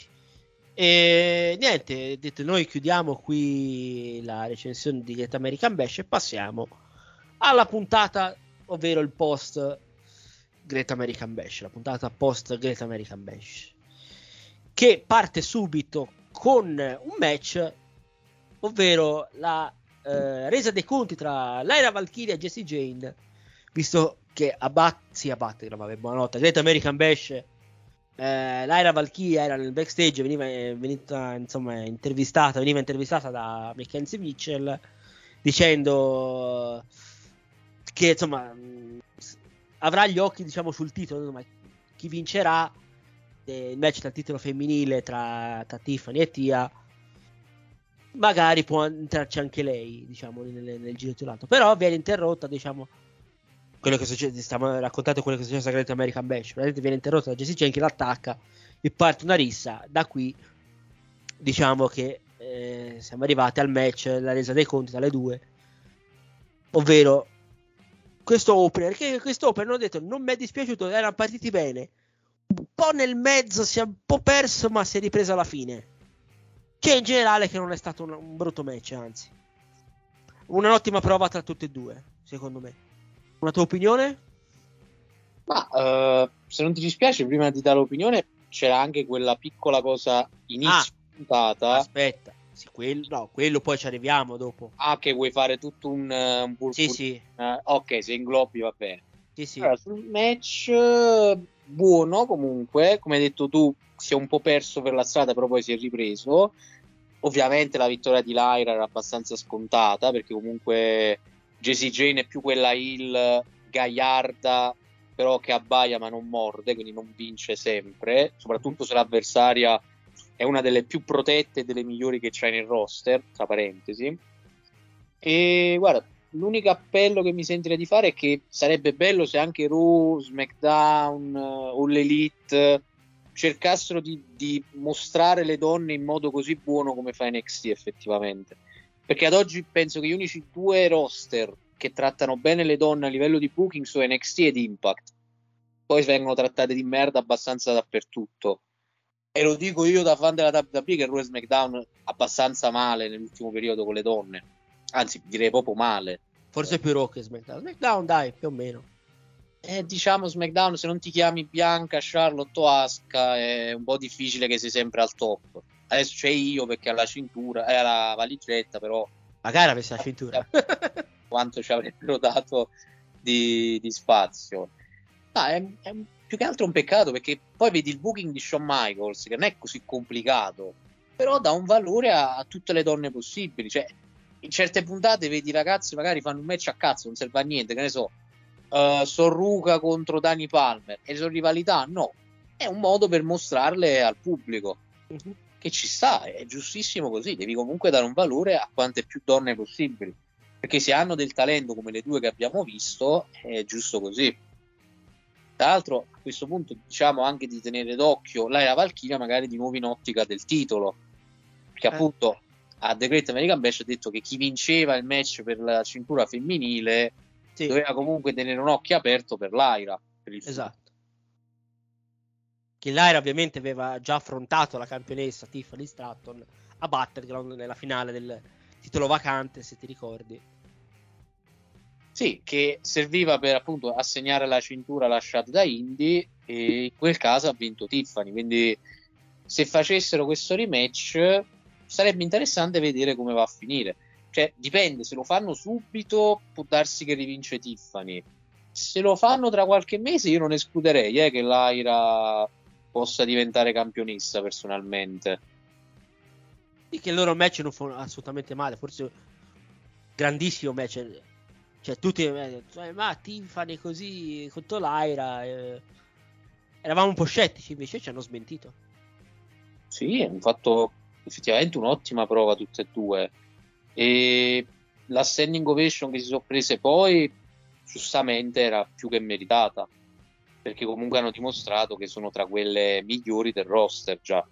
S10: E niente, detto, noi chiudiamo qui la recensione di Great American Bash e passiamo alla puntata, ovvero il post Great American Bash, la puntata post Great American Bash, che parte subito con un match, ovvero la eh, resa dei conti tra Lyra Valkyria e Jessie Jane, visto che a bat- sì, a battere, vabbè, buonanotte, Great American Bash, eh, Lyra Valkyria era nel backstage, veniva, veniva insomma intervistata, veniva intervistata da Mackenzie Mitchell, dicendo che insomma avrà gli occhi, diciamo, sul titolo, ma chi vincerà il match dal titolo femminile tra, tra Tiffany e Tia, magari può entrarci anche lei, diciamo, nel, nel giro titolato. Però viene interrotta, diciamo, quello che succede, stiamo raccontando quello che è successo a Great American Bash, veramente viene interrotta da Jessie Jane che l'attacca e parte una rissa. Da qui diciamo che eh, siamo arrivati al match, la resa dei conti tra le due, ovvero questo opener, che questo opener, ho detto, non mi è dispiaciuto, erano partiti bene, un po' nel mezzo si è un po' perso, ma si è ripreso alla fine. Cioè in generale che non è stato un, un brutto match, anzi un'ottima prova tra tutte e due, secondo me. Una tua opinione?
S11: Ma uh, se non ti dispiace, prima di dare l'opinione c'era anche quella piccola cosa inizio
S10: ah,
S11: puntata.
S10: Aspetta, sì, quello, no, quello poi ci arriviamo dopo.
S11: Ah, che vuoi fare tutto un, un pur
S10: sì,
S11: pur...
S10: sì.
S11: Uh, ok, se inglobi va bene.
S10: Sì, sì.
S11: Allora, sul match buono comunque, come hai detto tu, si è un po' perso per la strada, però poi si è ripreso. Ovviamente la vittoria di Lyra era abbastanza scontata, perché comunque Jessie Jane è più quella heel gaiarda, però che abbaia ma non morde, quindi non vince sempre, soprattutto se l'avversaria è una delle più protette e delle migliori che c'hai nel roster, tra parentesi. E guarda, l'unico appello che mi sentirei di fare è che sarebbe bello se anche Raw, SmackDown o l'Elite cercassero di, di mostrare le donne in modo così buono come fa N X T effettivamente, perché ad oggi penso che gli unici due roster che trattano bene le donne a livello di booking sono N X T ed Impact, poi vengono trattate di merda abbastanza dappertutto, e lo dico io da fan della W W E che Raw e SmackDown abbastanza male nell'ultimo periodo con le donne, anzi direi proprio male,
S10: forse più Raw che SmackDown. SmackDown dai, più o meno.
S11: Eh, diciamo SmackDown, se non ti chiami Bianca, Charlotte o Asuka è un po' difficile che sei sempre al top. Adesso c'è io perché ha la cintura, è la valigetta, però
S10: magari avesse la cintura
S11: quanto ci avrebbero dato di, di spazio. Ah, è, è più che altro un peccato, perché poi vedi il booking di Shawn Michaels che non è così complicato, però dà un valore a, a tutte le donne possibili. Cioè in certe puntate vedi i ragazzi magari fanno un match a cazzo, non serve a niente, che ne so, Uh, Sorruca contro Dani Palmer, e sono rivalità? No, è un modo per mostrarle al pubblico, uh-huh, che ci sta, è giustissimo così, devi comunque dare un valore a quante più donne possibili, perché se hanno del talento come le due che abbiamo visto è giusto così. Tra l'altro a questo punto diciamo anche di tenere d'occhio Lyra Valkyria magari di nuovo in ottica del titolo, perché eh. appunto a The Great American Bash ha detto che chi vinceva il match per la cintura femminile sì, doveva comunque tenere un occhio aperto per Lyra, per il
S10: esatto, che Lyra ovviamente aveva già affrontato la campionessa Tiffany Stratton a Battleground nella finale del titolo vacante, se ti ricordi.
S11: Sì, che serviva per appunto assegnare la cintura lasciata da Indy, e in quel caso ha vinto Tiffany, quindi se facessero questo rematch sarebbe interessante vedere come va a finire. Cioè dipende, se lo fanno subito può darsi che rivince Tiffany, se lo fanno tra qualche mese io non escluderei eh, che Lyra possa diventare campionessa personalmente.
S10: Sì, che il loro match non fu assolutamente male, forse grandissimo match, cioè tutti eh, ma Tiffany così contro Lyra, eh, eravamo un po' scettici, invece ci hanno smentito.
S11: Sì, hanno fatto effettivamente un'ottima prova tutte e due, e la standing ovation che si sono prese poi giustamente era più che meritata, perché comunque hanno dimostrato che sono tra quelle migliori del roster già.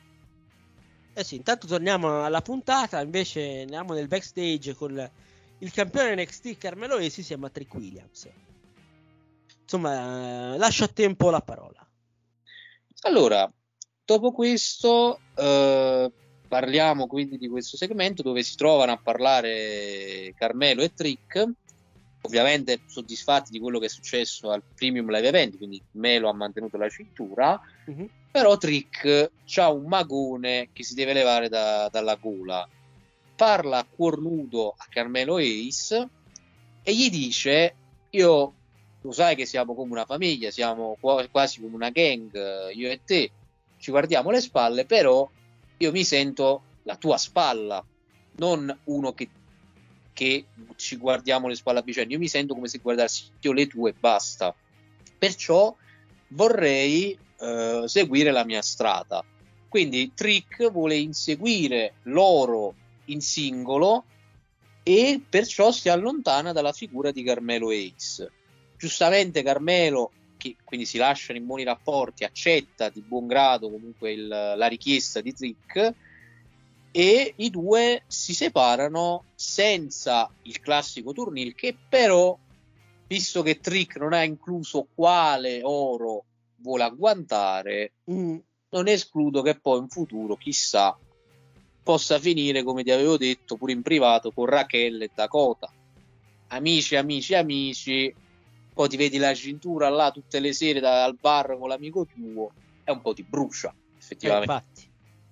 S10: Eh sì, intanto torniamo alla puntata, invece andiamo nel backstage con il campione N X T Carmelo Hayes insieme a Trick Williams. Insomma, eh, lascio a tempo la parola.
S11: Allora, dopo questo eh, parliamo quindi di questo segmento dove si trovano a parlare Carmelo e Trick, ovviamente soddisfatti di quello che è successo al Premium Live Event, quindi Melo ha mantenuto la cintura, uh-huh. Però Trick c'ha un magone che si deve levare da, dalla gola, parla a cuor nudo a Carmelo Hayes e gli dice: io lo sai che siamo come una famiglia, siamo quasi come una gang, io e te ci guardiamo le spalle, però io mi sento la tua spalla, non uno che, che ci guardiamo le spalle a vicenda, io mi sento come se guardassi io le tue e basta, perciò vorrei eh, seguire la mia strada. Quindi Trick vuole inseguire loro in singolo e perciò si allontana dalla figura di Carmelo Hayes. Giustamente Carmelo, che quindi si lasciano in buoni rapporti, accetta di buon grado comunque il, la richiesta di Trick, e i due si separano senza il classico turnil, che però, visto che Trick non ha incluso quale oro vuole agguantare, mm. non escludo che poi in futuro, chissà, possa finire, come ti avevo detto pure in privato, con Raquel e Dakota. Amici, amici, amici, poi ti vedi la cintura là tutte le sere da, al bar con l'amico tuo e un po' ti brucia, effettivamente. Eh, infatti.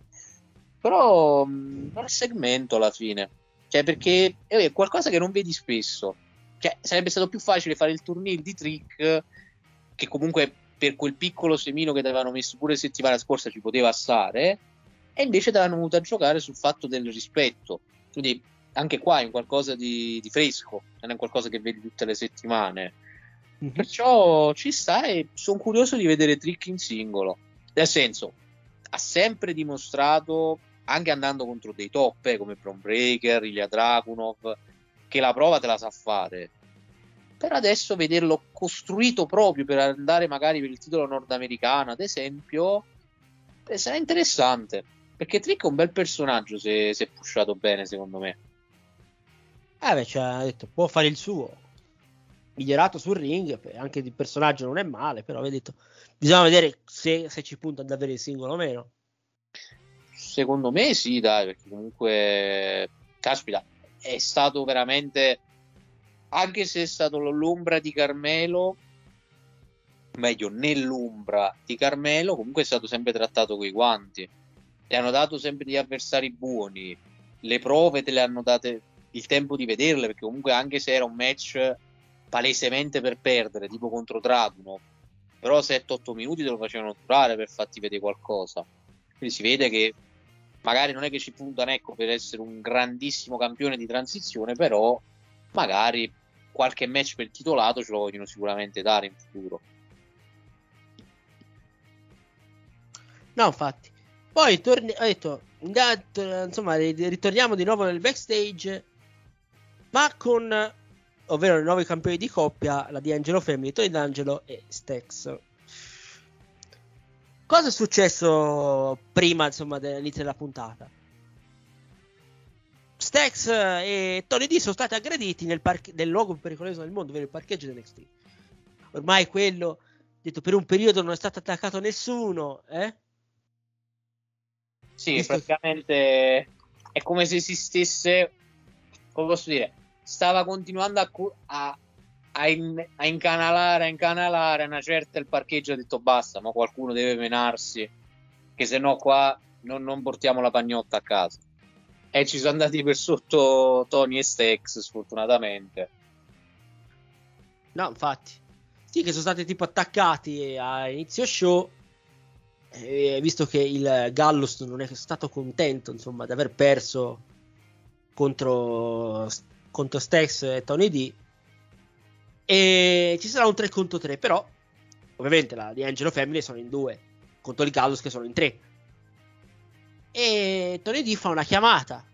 S11: Però mh, non è segmento alla fine, cioè, perché è qualcosa che non vedi spesso. Cioè, sarebbe stato più facile fare il turnil di Trick, che comunque per quel piccolo semino che ti avevano messo pure settimana scorsa ci poteva stare, e invece ti avevano venuto a giocare sul fatto del rispetto. Quindi anche qua è un qualcosa di, di fresco, non è qualcosa che vedi tutte le settimane. Mm-hmm. Perciò ci sta, e sono curioso di vedere Trick in singolo. Nel senso, ha sempre dimostrato, anche andando contro dei top eh, come Bron Breakker, Ilya Dragunov, che la prova te la sa fare. Per adesso vederlo costruito proprio per andare magari per il titolo nordamericano, ad esempio, eh, sarà interessante, perché Trick è un bel personaggio se, se è pushato bene, secondo me.
S10: Eh beh, cioè, ha detto, può fare il suo, migliorato sul ring, anche il personaggio non è male, però avete detto, bisogna vedere se, se ci punta davvero il singolo o meno.
S11: Secondo me sì, dai, perché comunque, caspita, è stato veramente, anche se è stato l'ombra di Carmelo, meglio, nell'ombra di Carmelo, comunque è stato sempre trattato coi guanti, gli hanno dato sempre degli avversari buoni, le prove te le hanno date, il tempo di vederle, perché comunque anche se era un match palesemente per perdere, tipo contro Dragunov, però sette otto minuti te lo facevano durare per farti vedere qualcosa. Quindi si vede che magari non è che ci puntano, ecco, per essere un grandissimo campione di transizione, però magari qualche match per titolato ce lo vogliono sicuramente dare in futuro.
S10: No, infatti. Poi torni, ho detto, insomma, ritorniamo di nuovo nel backstage, ma con, ovvero i nuovi campioni di coppia, la D'Angelo Family, Tony D'Angelo e Stex. Cosa è successo prima, insomma, dell'inizio della puntata? Stex e Tony D sono stati aggrediti nel, parche- nel luogo più pericoloso del mondo, ovvero il parcheggio di N X T. Ormai quello, detto, per un periodo non è stato attaccato nessuno, eh?
S11: Sì, Visto... praticamente è come se si stesse, come posso dire, stava continuando a, a, a, in, a incanalare, a incanalare, a una certa il parcheggio ha detto basta, ma qualcuno deve menarsi, che se no qua non, non portiamo la pagnotta a casa. E ci sono andati per sotto Tony e Stex, sfortunatamente.
S10: No, infatti. Sì, che sono stati tipo attaccati a inizio show. eh, visto che il Gallus non è stato contento, insomma, di aver perso contro, contro Stex e Tony D, e ci sarà un tre contro tre, però ovviamente la di Angelo Family sono in due contro il Gallus che sono in tre, e Tony D fa una chiamata.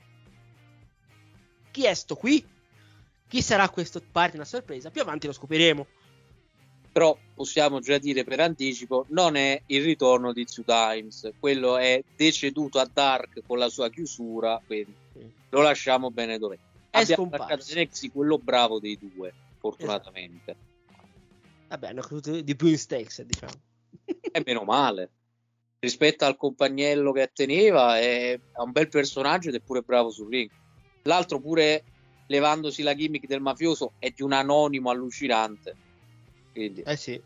S10: Chi è sto qui? Chi sarà questo partner a sorpresa? Più avanti lo scopriremo.
S11: Però possiamo già dire per anticipo, non è il ritorno di Two Times, quello è deceduto a Dark con la sua chiusura, quindi sì, lo lasciamo bene dov'è.
S10: È
S11: Abbiamo
S10: scomparso.
S11: N X T quello bravo dei due, fortunatamente.
S10: Esatto. Vabbè, hanno creduto di più in Stex, diciamo.
S11: E meno male. Rispetto al compagnello che teneva, è un bel personaggio ed è pure bravo sul ring. L'altro pure, levandosi la gimmick del mafioso, è di un anonimo allucinante. Quindi.
S10: Eh sì.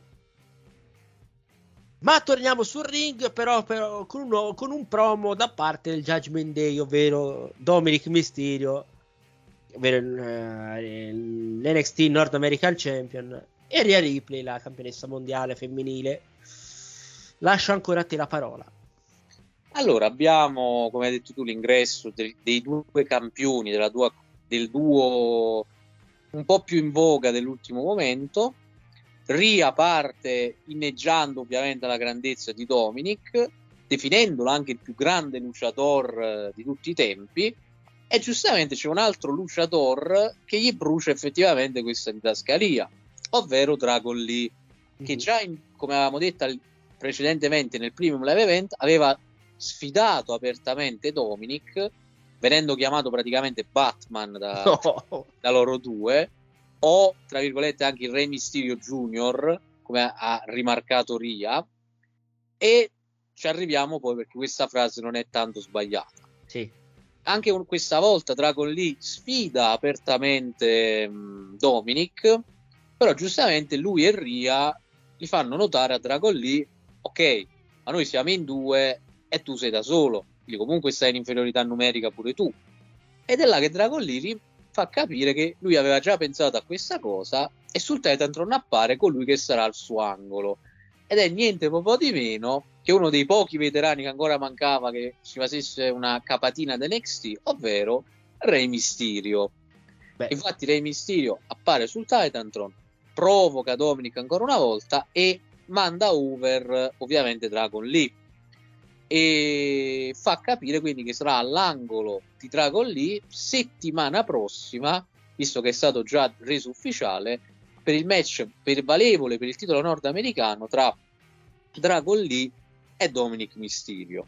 S10: Ma torniamo sul ring, però, però con, uno, con un promo da parte del Judgment Day, ovvero Dominic Mysterio, ovvero uh, l'N X T North American Champion, e Rhea Ripley, la campionessa mondiale femminile. Lascio ancora a te la parola.
S11: Allora, abbiamo, come hai detto tu, l'ingresso dei, dei due campioni della dua, del duo un po' più in voga dell'ultimo momento. Rhea parte inneggiando ovviamente alla grandezza di Dominic, definendolo anche il più grande luchador di tutti i tempi, e giustamente c'è un altro luchador che gli brucia effettivamente questa didascalia, ovvero Dragon Lee, che già in, come avevamo detto precedentemente nel primo live event aveva sfidato apertamente Dominic, venendo chiamato praticamente Batman da, no. da loro due, o tra virgolette anche il Re Mysterio Junior, come ha, ha rimarcato Rhea, e ci arriviamo poi perché questa frase non è tanto sbagliata.
S10: Sì.
S11: Anche un, questa volta Dragon Lee sfida apertamente mh, Dominic, però giustamente lui e Rhea gli fanno notare a Dragon Lee: ok, ma noi siamo in due e tu sei da solo, quindi comunque stai in inferiorità numerica pure tu. Ed è là che Dragon Lee fa capire che lui aveva già pensato a questa cosa, e sul Titantron appare colui che sarà al suo angolo, ed è niente po' di meno che uno dei pochi veterani che ancora mancava che ci facesse una capatina da N X T, ovvero Rey Mysterio. Beh. Infatti Rey Mysterio appare sul Titantron, provoca Dominic ancora una volta e manda over ovviamente Dragon Lee, e fa capire quindi che sarà all'angolo di Dragon Lee settimana prossima, visto che è stato già reso ufficiale, per il match per valevole per il titolo nordamericano tra Dragon Lee e Dominic Mysterio.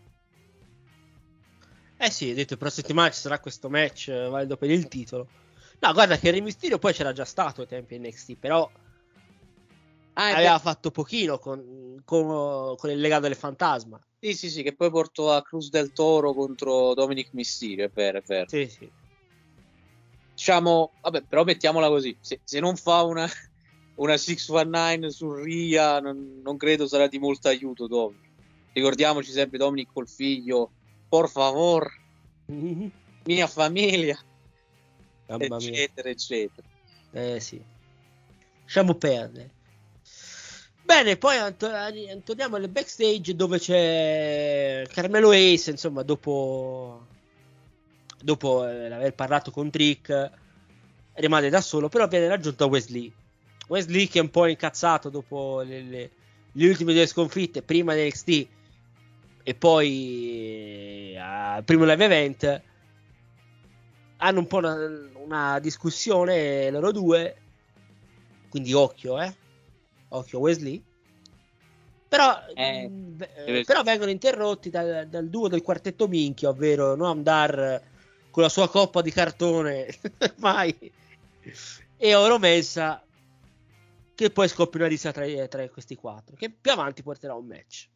S10: Eh sì, ho detto il prossimo settimana ci sarà questo match eh, valido per il titolo. No, guarda che Rey Mysterio poi c'era già stato ai tempi N X T, però ah, aveva beh. fatto pochino con, con, con il legato del fantasma.
S11: Sì, sì, sì, che poi portò a Cruz del Toro contro Dominic Mysterio, è vero, è vero.
S10: Sì, sì.
S11: Diciamo, vabbè, però mettiamola così, se, se non fa una, una sei diciannove su Rhea, non, non credo sarà di molto aiuto Dominic. Ricordiamoci sempre Dominic col figlio, por favor, mm-hmm. mia famiglia, Mamma eccetera, mia. eccetera.
S10: Eh sì. Lasciamo perdere. Bene, poi torniamo alle backstage dove c'è Carmelo Ace, insomma, dopo dopo aver parlato con Trick rimane da solo, però viene raggiunto da Wesley. Wesley che è un po' incazzato dopo le, le, le ultime due sconfitte, prima di N X T e poi al primo live event. Hanno un po' una, una discussione loro due, quindi occhio, eh. Occhio Wesley, però,
S11: eh,
S10: mh, però vengono interrotti dal, dal duo del quartetto minchia, ovvero Noam Dar con la sua coppa di cartone mai e Oro Messa, che poi scoppia una risa tra, tra questi quattro, che più avanti porterà un match.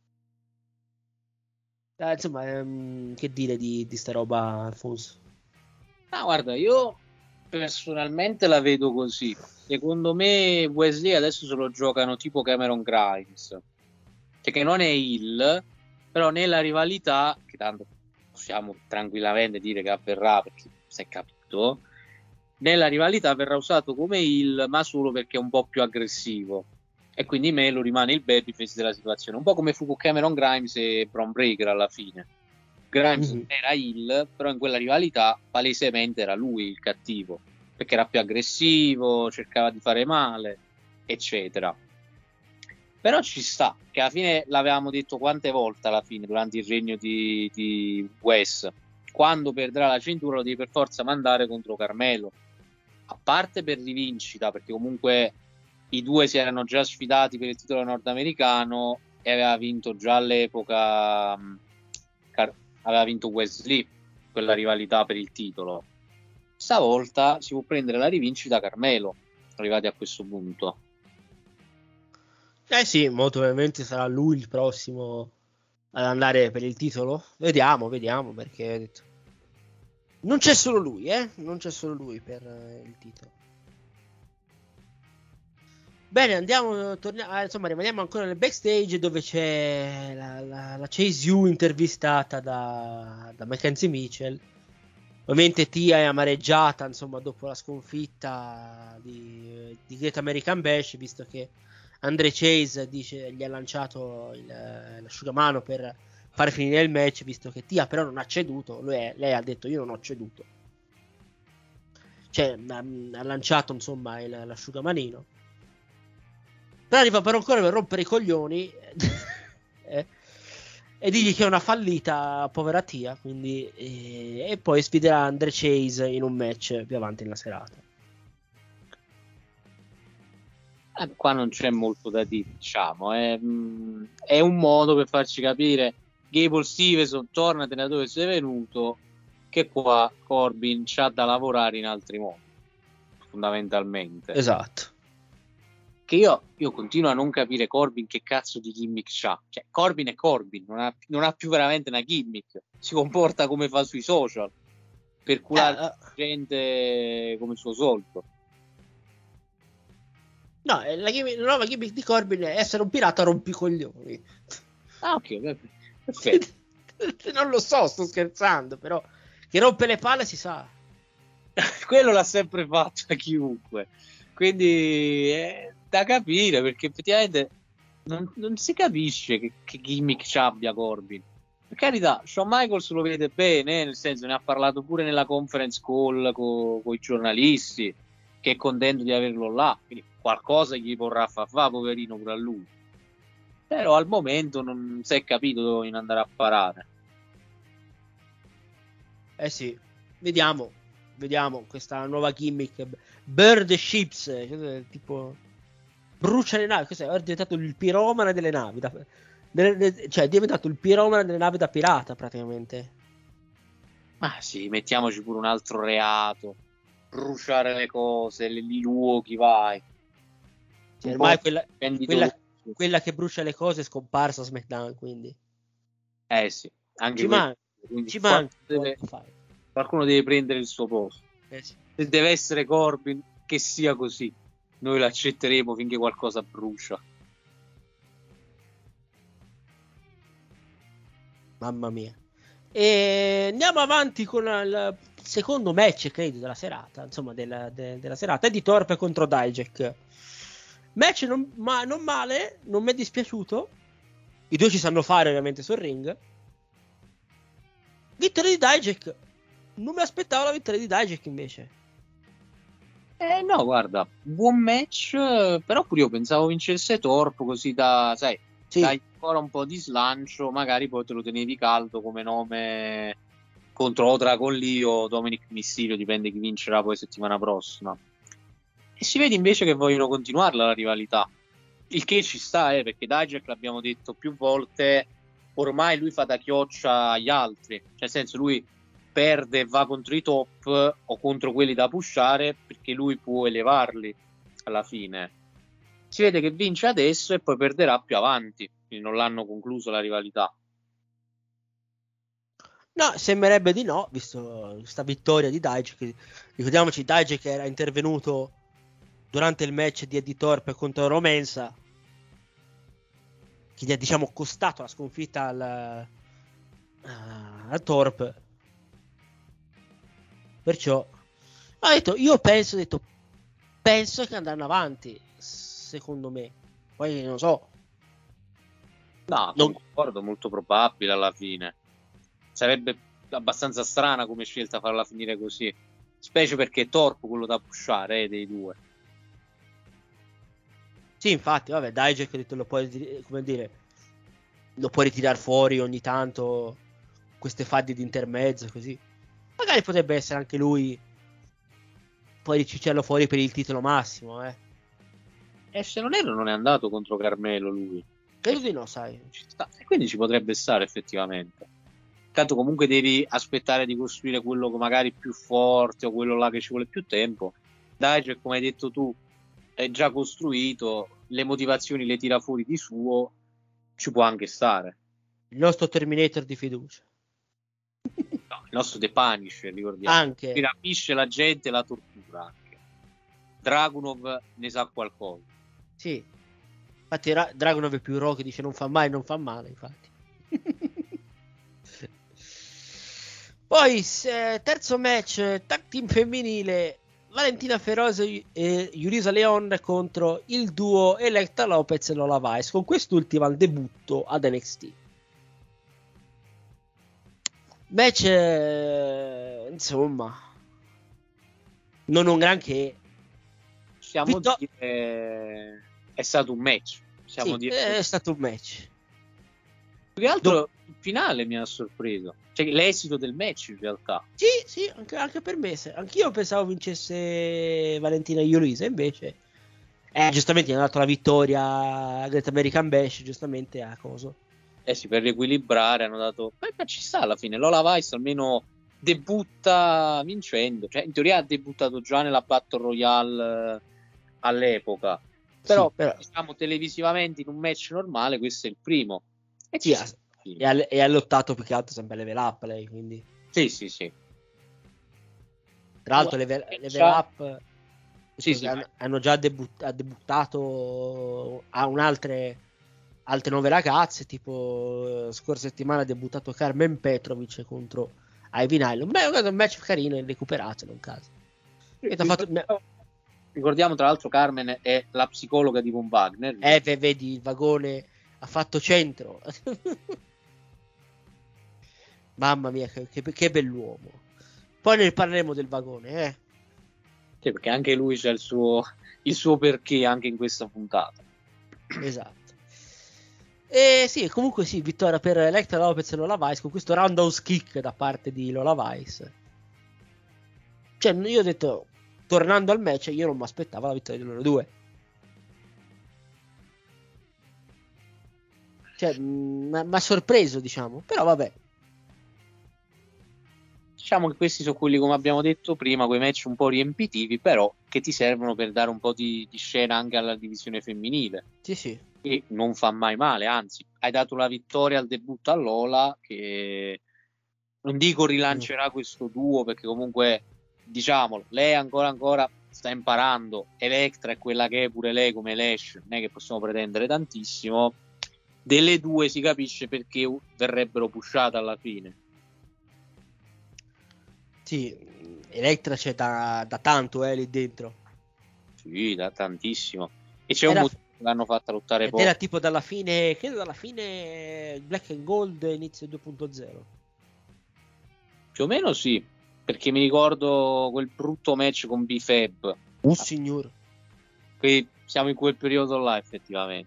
S10: Eh, insomma, ehm, che dire di, di sta roba, Alfonso?
S11: Ah, guarda, io personalmente la vedo così. Secondo me Wesley adesso se lo giocano tipo Cameron Grimes, cioè che non è heel, però nella rivalità, che tanto possiamo tranquillamente dire che avverrà perché si è capito, nella rivalità verrà usato come heel ma solo perché è un po' più aggressivo, e quindi Melo rimane il babyface della situazione, un po' come fu con Cameron Grimes e Bron Breakker alla fine. Grimes mm-hmm. era heel, però in quella rivalità palesemente era lui il cattivo, perché era più aggressivo, cercava di fare male, eccetera. Però ci sta, che alla fine l'avevamo detto quante volte alla fine durante il regno di, di Wes, quando perderà la cintura lo devi per forza mandare contro Carmelo, a parte per rivincita, perché comunque i due si erano già sfidati per il titolo nordamericano e aveva vinto già all'epoca Car- aveva vinto Wesley quella rivalità per il titolo. Stavolta si può prendere la rivincita Carmelo, arrivati a questo punto.
S10: Eh sì, molto probabilmente sarà lui il prossimo ad andare per il titolo. Vediamo, vediamo, perché ho detto non c'è solo lui, eh? Non c'è solo lui per eh, il titolo. Bene, andiamo, torniamo, ah, insomma, rimaniamo ancora nel backstage dove c'è la, la, la Chase U intervistata da, da Mackenzie Mitchell. Ovviamente Tia è amareggiata, insomma, dopo la sconfitta di, di Great American Bash, visto che Andre Chase dice, gli ha lanciato il, l'asciugamano per fare finire il match, visto che Tia però non ha ceduto. Lui è, lei ha detto io non ho ceduto, cioè ha, ha lanciato insomma il, l'asciugamanino. Però arriva però ancora per rompere i coglioni eh, e digli che è una fallita, povera Tia, quindi, e, e poi sfiderà Andre Chase in un match più avanti nella serata.
S11: Eh, qua non c'è molto da dire, diciamo, è, mh, è un modo per farci capire Gable Stevenson, tornate da dove sei venuto, che qua Corbin c'ha da lavorare in altri modi, fondamentalmente.
S10: Esatto.
S11: Che io, io continuo a non capire Corbin che cazzo di gimmick c'ha. Cioè, Corbin è Corbin, non ha, non ha più veramente una gimmick, si comporta come fa sui social, per curare
S10: eh, uh.
S11: gente come il suo solito.
S10: No, la, gimmick, la nuova gimmick di Corbin è essere un pirata rompicoglioni.
S11: Ah, ok, perfetto.
S10: Non lo so, sto scherzando, però che rompe le palle si sa.
S11: Quello l'ha sempre fatto a chiunque, quindi è da capire, perché effettivamente non, non si capisce che, che gimmick ci abbia Corbin. Per carità, Shawn Michaels lo vede bene, nel senso ne ha parlato pure nella conference call con i giornalisti, che è contento di averlo là, quindi qualcosa gli vorrà far fa, poverino, pure a lui. Però al momento non si è capito dove andare a parare.
S10: Eh sì, vediamo, vediamo questa nuova gimmick Bird Ships, tipo brucia le navi, questo è diventato il piromane delle navi, da, delle, de, cioè è diventato il piromane delle navi da pirata praticamente.
S11: Ma sì, mettiamoci pure un altro reato, bruciare le cose, i luoghi, vai.
S10: Cioè, ormai quella, quella, quella che brucia le cose è scomparsa a SmackDown, quindi.
S11: Eh sì, anche
S10: ci manca, ci manca
S11: deve, qualcuno deve prendere il suo posto.
S10: Eh sì.
S11: Se deve essere Corbin, che sia così. Noi l'accetteremo finché qualcosa brucia.
S10: Mamma mia. E andiamo avanti con il secondo match, credo, della serata. Insomma, della, de, della serata. Eddie Thorpe contro Dijak. Match non, ma, non male, non mi è dispiaciuto. I due ci sanno fare ovviamente sul ring. Vittoria di Dijak. Non mi aspettavo la vittoria di Dijak invece.
S11: Eh no, guarda, buon match, però pure io pensavo vincesse Thorpe, così da, sai, sì. Dai ancora un po' di slancio, magari poi te lo tenevi caldo come nome contro o Dragon Lee o Dominic Mysterio, dipende chi vincerà poi settimana prossima. E si vede invece che vogliono continuarla la rivalità, il che ci sta, eh, perché Dijak, l'abbiamo detto più volte, ormai lui fa da chioccia agli altri, cioè nel senso lui perde e va contro i top o contro quelli da pushare perché lui può elevarli alla fine. Si vede che vince adesso e poi perderà più avanti, quindi non l'hanno concluso la rivalità.
S10: No, sembrerebbe di no, visto questa vittoria di Dijak. Ricordiamoci, Dijak era intervenuto durante il match di Eddie Thorpe contro Romensa, che gli ha, diciamo, costato la sconfitta al, uh, al Thorpe. Perciò ho detto, io penso, ho detto, penso che andranno avanti, secondo me. Poi non so.
S11: No, non concordo, molto probabile alla fine. Sarebbe abbastanza strana come scelta farla finire così, specie perché è Torp quello da pushare eh, dei due.
S10: Sì, infatti, vabbè, Dijak ha detto lo puoi, come dire, lo puoi ritirare fuori ogni tanto, queste fasi di intermezzo, così. Magari potrebbe essere anche lui, poi ricicciarlo fuori per il titolo massimo, eh.
S11: E se non erro non è andato contro Carmelo lui.
S10: Credo di no, sai.
S11: Ci sta. E quindi ci potrebbe stare effettivamente. Tanto comunque devi aspettare di costruire quello magari più forte o quello là che ci vuole più tempo. Dijak, come hai detto tu, è già costruito, le motivazioni le tira fuori di suo, ci può anche stare.
S10: Il nostro Terminator di fiducia.
S11: No, il nostro The Punisher, ricordiamo.
S10: Anche.
S11: Che rapisce la gente e la tortura anche. Dragunov ne sa qualcosa.
S10: Sì. Infatti Ra- Dragunov è più raw, che dice non fa mai, non fa male, infatti. Poi se, terzo match, tag team femminile, Valentina Feroce e Yulisa Leon contro il duo Elektra Lopez e Lola Vice, con quest'ultima al debutto ad N X T. Match, eh, insomma, non un granché.
S11: Possiamo
S10: Vittor-
S11: dire è stato un match. Possiamo
S10: sì,
S11: dire
S10: è stato un match.
S11: Più che altro
S10: Do-
S11: il finale mi ha sorpreso, cioè l'esito del match in realtà.
S10: Sì, sì, anche, anche per me. Se, anch'io pensavo vincesse Valentina Yulisa, invece, eh, giustamente hanno dato la vittoria a Great American Bash, giustamente a coso.
S11: Eh sì, per riequilibrare hanno dato. Ma ma ci sta alla fine. Lola Vice almeno debutta vincendo. Cioè, in teoria ha debuttato già nella Battle Royale eh, all'epoca. Però,
S10: Sì, però-
S11: diciamo, televisivamente in un match normale, questo è il primo. E
S10: Sì,
S11: ci
S10: ha,
S11: sta alla fine.
S10: e, ha, e ha lottato più che altro sempre level up lei, quindi.
S11: Sì, sì, sì.
S10: Tra l'altro level, level
S11: Già-
S10: up
S11: Sì, sì,
S10: hanno,
S11: vai.
S10: hanno già debut- ha debuttato a un'altre altre nove ragazze, tipo eh, scorsa settimana ha debuttato Carmen Petrovic contro Ivy Nile. Beh, è un match carino, recuperato in un caso. E t'ha fatto-
S11: Ricordiamo tra l'altro Carmen è la psicologa di Von Wagner.
S10: Eh, ve- vedi, il vagone ha fatto centro. Mamma mia, che, che, che bell'uomo. Poi ne parleremo del vagone, eh.
S11: Sì, perché anche lui c'ha il suo, il suo perché anche in questa puntata.
S10: Esatto. E sì, comunque sì, vittoria per Elektra Lopez e Lola Vice con questo roundhouse kick da parte di Lola Vice. Cioè, io ho detto, tornando al match, io non mi aspettavo la vittoria di loro due. Cioè, mi ha sorpreso, diciamo. Però vabbè.
S11: Diciamo che questi sono quelli, come abbiamo detto prima, quei match un po' riempitivi, però che ti servono per dare un po' di, di scena anche alla divisione femminile.
S10: Sì, sì.
S11: E non fa mai male, anzi, hai dato la vittoria al debutto a Lola, che non dico rilancerà questo duo, perché comunque, diciamolo, lei ancora ancora sta imparando. Elektra è quella che è pure lei come Lash, non è che possiamo pretendere tantissimo. Delle due si capisce perché verrebbero pushate alla fine.
S10: Sì, Elektra c'è da, da tanto, eh, lì dentro.
S11: Sì, da tantissimo. E c'è
S10: Era-
S11: un motivo che l'hanno fatta lottare
S10: Ed
S11: poco.
S10: era tipo dalla fine, credo dalla fine Black and Gold inizio due punto zero.
S11: Più o meno sì, perché mi ricordo quel brutto match con B-Fab.
S10: Un signor.
S11: Qui siamo in quel periodo là, effettivamente.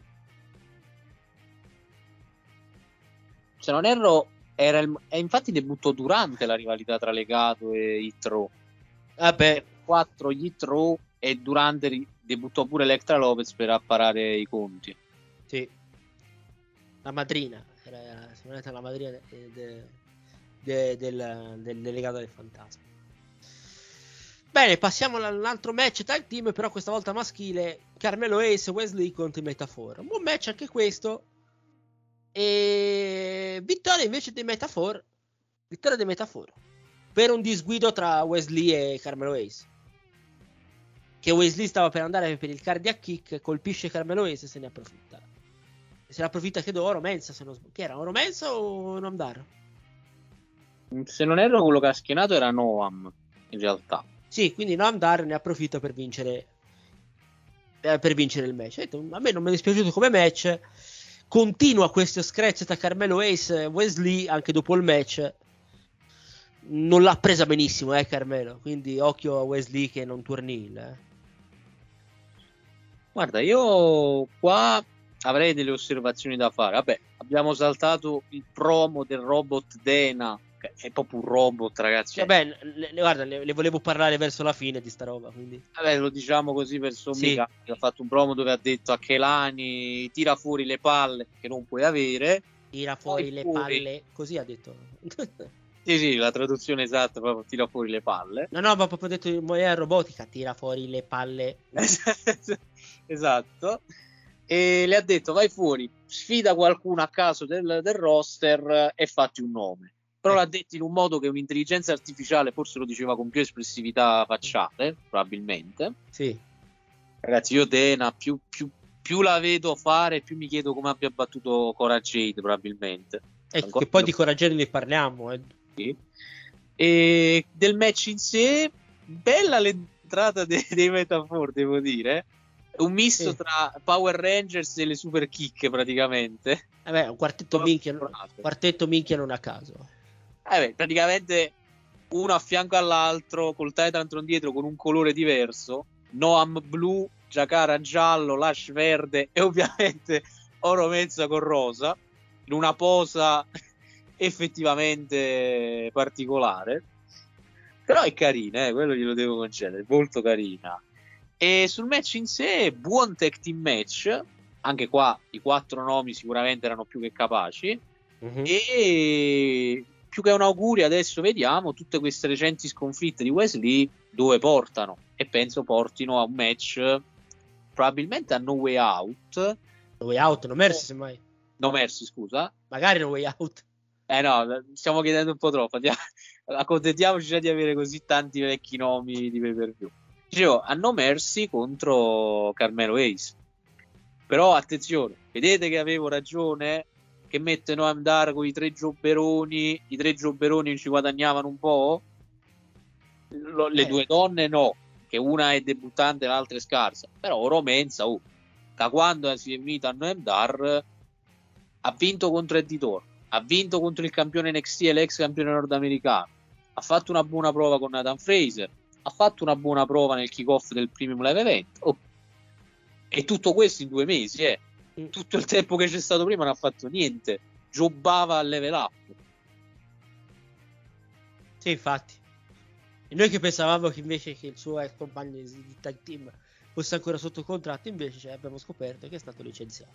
S11: Se non erro, era il... e infatti debuttò durante la rivalità tra Legato e Hitro.
S10: Vabbè,
S11: quattro Hitro e durante ri- debuttò pure Elektra Lopez per apparare i conti.
S10: sì. La madrina, era sicuramente la madrina de- de- de- del, del delegato del fantasma. Bene, passiamo a un altro match tag team, però questa volta maschile. Carmelo Ace e Wesley contro i Metafor. Un buon match anche questo. E vittoria invece dei Metafor. Vittoria dei Metafor. Per un disguido tra Wesley e Carmelo Ace. Che Wesley stava per andare per il cardiac kick, colpisce Carmelo Ace e se ne approfitta. E se ne approfitta, credo, Oro Mensa, se non sbaglio. Chi era? Oro Mensa o Namdar?
S11: Se non erro, quello che ha schienato era Noam, in realtà.
S10: Sì, quindi Namdar ne approfitta per vincere per vincere il match. Detto, a me non mi è dispiaciuto come match. Continua questo scratch tra Carmelo Hayes e Wesley anche dopo il match. Non l'ha presa benissimo, eh, Carmelo. Quindi occhio a Wesley che non turnil. Eh.
S11: Guarda, io qua avrei delle osservazioni da fare. Vabbè, abbiamo saltato il promo del robot Dana, che è proprio un robot, ragazzi.
S10: Vabbè, le, le, guarda, le, le volevo parlare verso la fine di sta roba, quindi.
S11: Vabbè, lo diciamo così per sommità.
S10: Sì.
S11: Ha fatto un promo dove ha detto a Kelani: tira fuori le palle che non puoi avere.
S10: Tira fuori
S11: Poi
S10: le
S11: fuori.
S10: palle, così ha detto.
S11: Sì, sì, la traduzione esatta, proprio tira fuori le palle.
S10: No, no, ma proprio detto in maniera robotica, tira fuori le palle.
S11: Esatto. E le ha detto: vai fuori, sfida qualcuno a caso del, del roster e fatti un nome. Però l'ha detto in un modo che un'intelligenza artificiale forse lo diceva con più espressività facciale, probabilmente.
S10: Sì.
S11: Ragazzi, io Dana più, più, più la vedo fare, più mi chiedo come abbia battuto Cora Jade, probabilmente.
S10: E
S11: Ancora
S10: che poi
S11: più.
S10: di Coraggio ne parliamo. Eh.
S11: Sì. E del match in sé, bella l'entrata de- dei Metafor, devo dire. Un misto
S10: Sì.
S11: tra Power Rangers e le super kick, praticamente.
S10: Vabbè, un quartetto minchia, non, quartetto minchia non a caso.
S11: Eh beh, praticamente uno a fianco all'altro, col Titantron dietro con un colore diverso. Noam blu, Jakara giallo, Lash verde e ovviamente Oro Mezza con rosa. In una posa effettivamente particolare. Però è carina, eh, quello glielo devo concedere, molto carina. E sul match in sé, buon tag team match. Anche qua i quattro nomi sicuramente erano più che capaci.
S10: Mm-hmm.
S11: E più che un augurio, adesso vediamo tutte queste recenti sconfitte di Wesley dove portano. E penso portino a un match probabilmente a No Way Out.
S10: No Way Out, non Mercy semmai.
S11: No Mercy, scusa.
S10: Magari No Way Out.
S11: Eh no, stiamo chiedendo un po' troppo. Andiamo, accontentiamoci già di avere così tanti vecchi nomi di pay per view. Dicevo, a No Mercy contro Carmelo Hayes. Però attenzione, vedete che avevo ragione, che mette Noam Dar con i tre giobberoni, i tre giobberoni ci guadagnavano un po'? Lo, le
S10: Eh.
S11: due donne no, che una è debuttante e l'altra è scarsa. Però Romenza, oh, da quando si è unita a Noam Dar, ha vinto contro Eddie Thorne, ha vinto contro il campione N X T e l'ex campione nordamericano, ha fatto una buona prova con Nathan Fraser, ha fatto una buona prova nel kick-off del Premium Live Event. Oh. E tutto questo in due mesi, eh. Tutto il tempo che c'è stato prima non ha fatto niente. Jobbava al level up.
S10: Sì, infatti. E noi che pensavamo che invece che il suo ex compagno di tag team fosse ancora sotto contratto, invece cioè, abbiamo scoperto che è stato licenziato.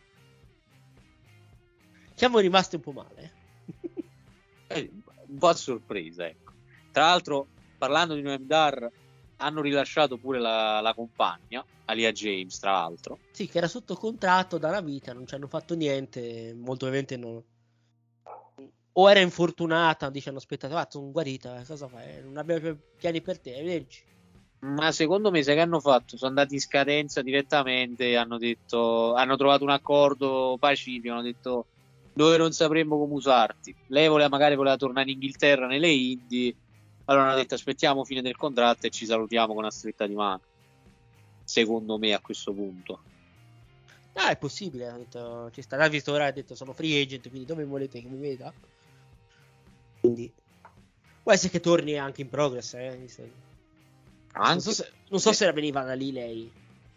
S10: Siamo rimasti un po' male.
S11: Eh. Eh, un po' a sorpresa, ecco. Tra l'altro, parlando di Noam Dar, hanno rilasciato pure la, la compagna, Alia James, tra l'altro.
S10: Sì, che era sotto contratto da una vita, non ci hanno fatto niente, molto ovviamente non... O era infortunata, dice hanno aspettato, ah, sono guarita, cosa fai? Non abbiamo più piani per te, arrivederci.
S11: Ma secondo me sai che hanno fatto? Sono andati in scadenza direttamente e hanno detto, hanno trovato un accordo pacifico, hanno detto dove non sapremmo come usarti. Lei voleva, magari voleva tornare in Inghilterra nelle Indie, allora hanno detto aspettiamo fine del contratto e ci salutiamo con una stretta di mano. Secondo me a questo punto.
S10: Ah, è possibile, ha detto, ci sta, ha visto ora, ha detto sono free agent, quindi dove volete che mi veda? Quindi può essere che torni anche in progress, eh?
S11: Anche...
S10: Non so se, non so se veniva da lì lei.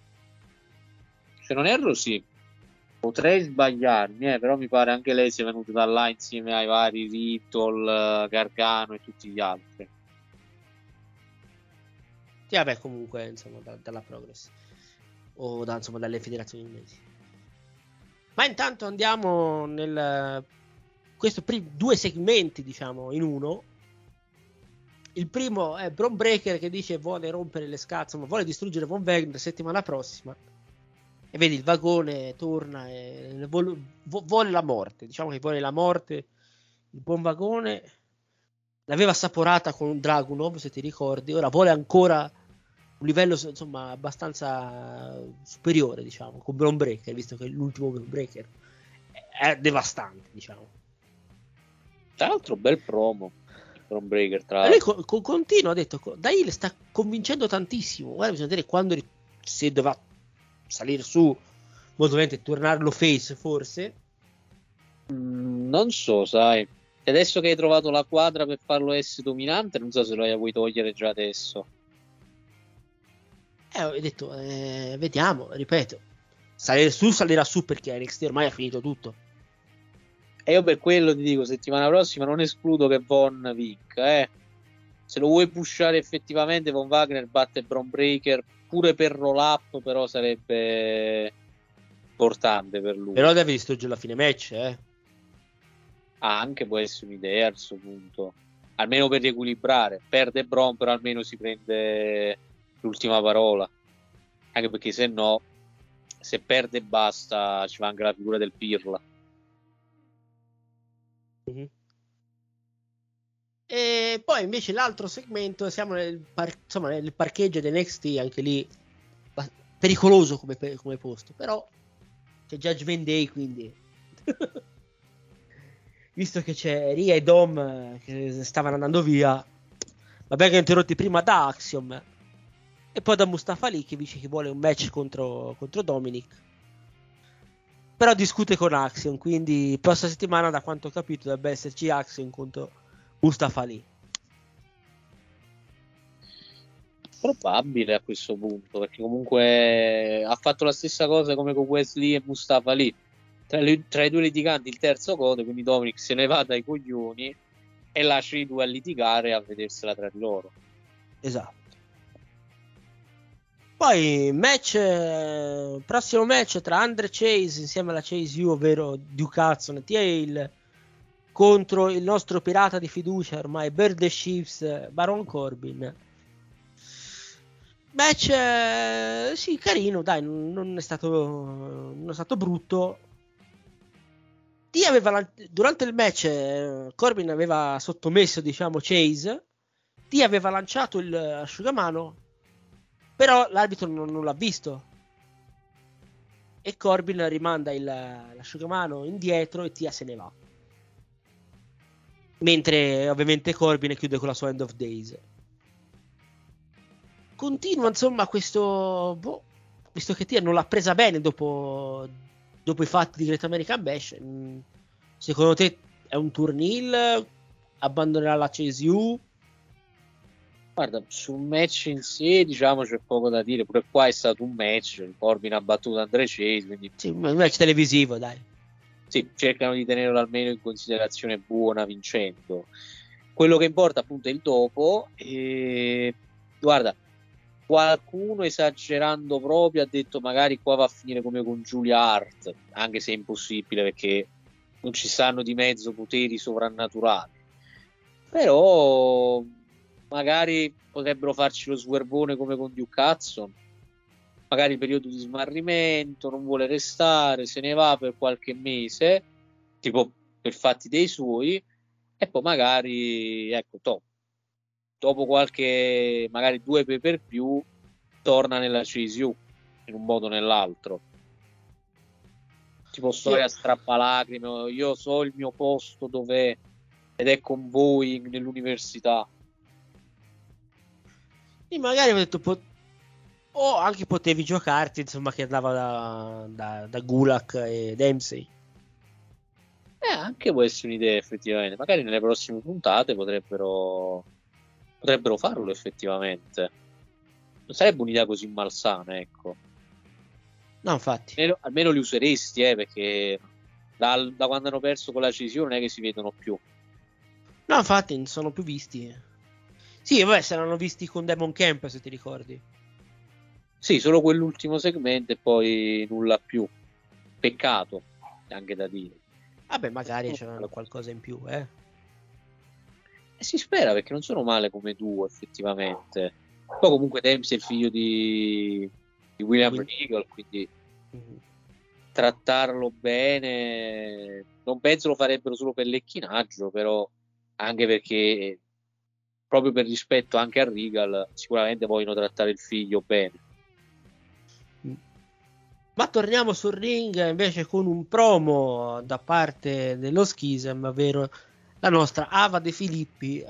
S11: Se non erro sì. Potrei sbagliarmi, eh, però mi pare anche lei sia venuta da là insieme ai vari Riddle, Gargano e tutti gli altri.
S10: Sì, vabbè, comunque, insomma, da, dalla Progress. O da, insomma, dalle federazioni inglesi. Ma intanto andiamo nel... Questo prim- due segmenti, diciamo, in uno. Il primo è Bron Breakker che dice vuole rompere le scatole, insomma, vuole distruggere Von Wagner settimana prossima. E vedi, il vagone torna e vuole, vuole la morte. Diciamo che vuole la morte. Il buon vagone l'aveva assaporata con Dragunov, se ti ricordi. Ora vuole ancora un livello, insomma, abbastanza superiore, diciamo, con Bron Breakker, visto che l'ultimo Bron Breakker è devastante, diciamo.
S11: Tra l'altro bel promo Bron Breakker, tra
S10: lei co- co- continua, ha detto, Dai le sta convincendo tantissimo. Guarda, bisogna vedere quando ri- se dovrà salire su, molto ovviamente tornarlo face forse.
S11: Mm, non so, sai. E adesso che hai trovato la quadra per farlo essere dominante, non so se lo vuoi togliere già adesso.
S10: Eh, ho detto, eh, vediamo, ripeto. Salire su, salirà su perché N X T ormai ha finito tutto.
S11: E io per quello ti dico, settimana prossima non escludo che Von vinca, eh. Se lo vuoi pushare effettivamente, Von Wagner batte Bron Breakker pure per roll up, però sarebbe importante per lui.
S10: Però deve distruggere la fine match, eh.
S11: Ah, anche può essere un'idea a questo punto. Almeno per riequilibrare. Perde Bron, però almeno si prende l'ultima parola. Anche perché se no, se perde e basta, ci va anche la figura del Pirla.
S10: Mm-hmm. E poi invece l'altro segmento, siamo nel, par- insomma, nel parcheggio di N X T, anche lì pericoloso come, come posto, però c'è Judgment Day, quindi visto che c'è Rhea e Dom che stavano andando via, vabbè che hanno interrotti prima da Axiom e poi da Mustafa Ali che dice che vuole un match contro, contro Dominic, però discute con Axiom, quindi prossima settimana da quanto ho capito dovrebbe esserci Axiom contro Mustafa Ali.
S11: Probabile a questo punto, perché comunque ha fatto la stessa cosa come con Wesley e Mustafa Ali, tra, le, tra i due litiganti il terzo codo, quindi Dominic se ne va dai coglioni e lascia i due a litigare e a vedersela tra di loro.
S10: Esatto. Poi match eh, prossimo match tra Andre Chase insieme alla Chase U, ovvero Duke Hudson e T Hale, contro il nostro pirata di fiducia ormai Bird the Chiefs, Baron Corbin. Match eh, sì, carino, dai, non è stato non è stato brutto. T aveva durante il match eh, Corbin aveva sottomesso, diciamo, Chase. T aveva lanciato il asciugamano, però l'arbitro non, non l'ha visto e Corbin rimanda il, l'asciugamano indietro e Tia se ne va, mentre ovviamente Corbin chiude con la sua End of Days. Continua insomma questo boh, visto che Tia non l'ha presa bene dopo, dopo i fatti di Great American Bash. Secondo te è un turnil? Abbandonerà la C S U?
S11: Guarda, sul match in sé diciamo c'è poco da dire, pure qua è stato un match, il Corbin ha battuto Andre Chase, quindi
S10: sì, un match televisivo, dai.
S11: Sì, cercano di tenerlo almeno in considerazione buona vincendo. Quello che importa appunto è il dopo e guarda, qualcuno esagerando proprio ha detto magari qua va a finire come con Julia Hart, anche se è impossibile perché non ci stanno di mezzo poteri sovrannaturali, però magari potrebbero farci lo swervone come con Duke Hudson, magari periodo di smarrimento, non vuole restare, se ne va per qualche mese, tipo per fatti dei suoi, e poi magari, ecco, top. Dopo qualche, magari due pay per più, torna nella C S U, in un modo o nell'altro. Tipo storia sì. Strappalacrime, io so il mio posto dov'è, ed è con voi nell'università.
S10: E magari ho detto, pot- o anche potevi giocarti, insomma, che andava da, da, da Gulak e Dempsey.
S11: Eh, anche può essere un'idea, effettivamente. Magari nelle prossime puntate potrebbero potrebbero farlo, effettivamente. Non sarebbe un'idea così malsana, ecco.
S10: No, infatti.
S11: Almeno, almeno li useresti, eh, perché da, da quando hanno perso con la decisione non è che si vedono più.
S10: No, infatti, non sono più visti. Sì, vabbè, se l'hanno visti con Demon Camp, se ti ricordi.
S11: Sì, solo quell'ultimo segmento e poi nulla più. Peccato, anche da dire.
S10: Vabbè, magari c'erano qualcosa in più, eh.
S11: E si spera, perché non sono male come duo, effettivamente. Poi comunque Dempsey è il figlio di, di William Will. Regal, quindi mm-hmm. trattarlo bene non penso lo farebbero solo per lecchinaggio, però anche perché proprio per rispetto anche a Regal sicuramente vogliono trattare il figlio bene.
S10: Ma torniamo sul ring invece con un promo da parte dello Schism, ovvero la nostra Ava De Filippi,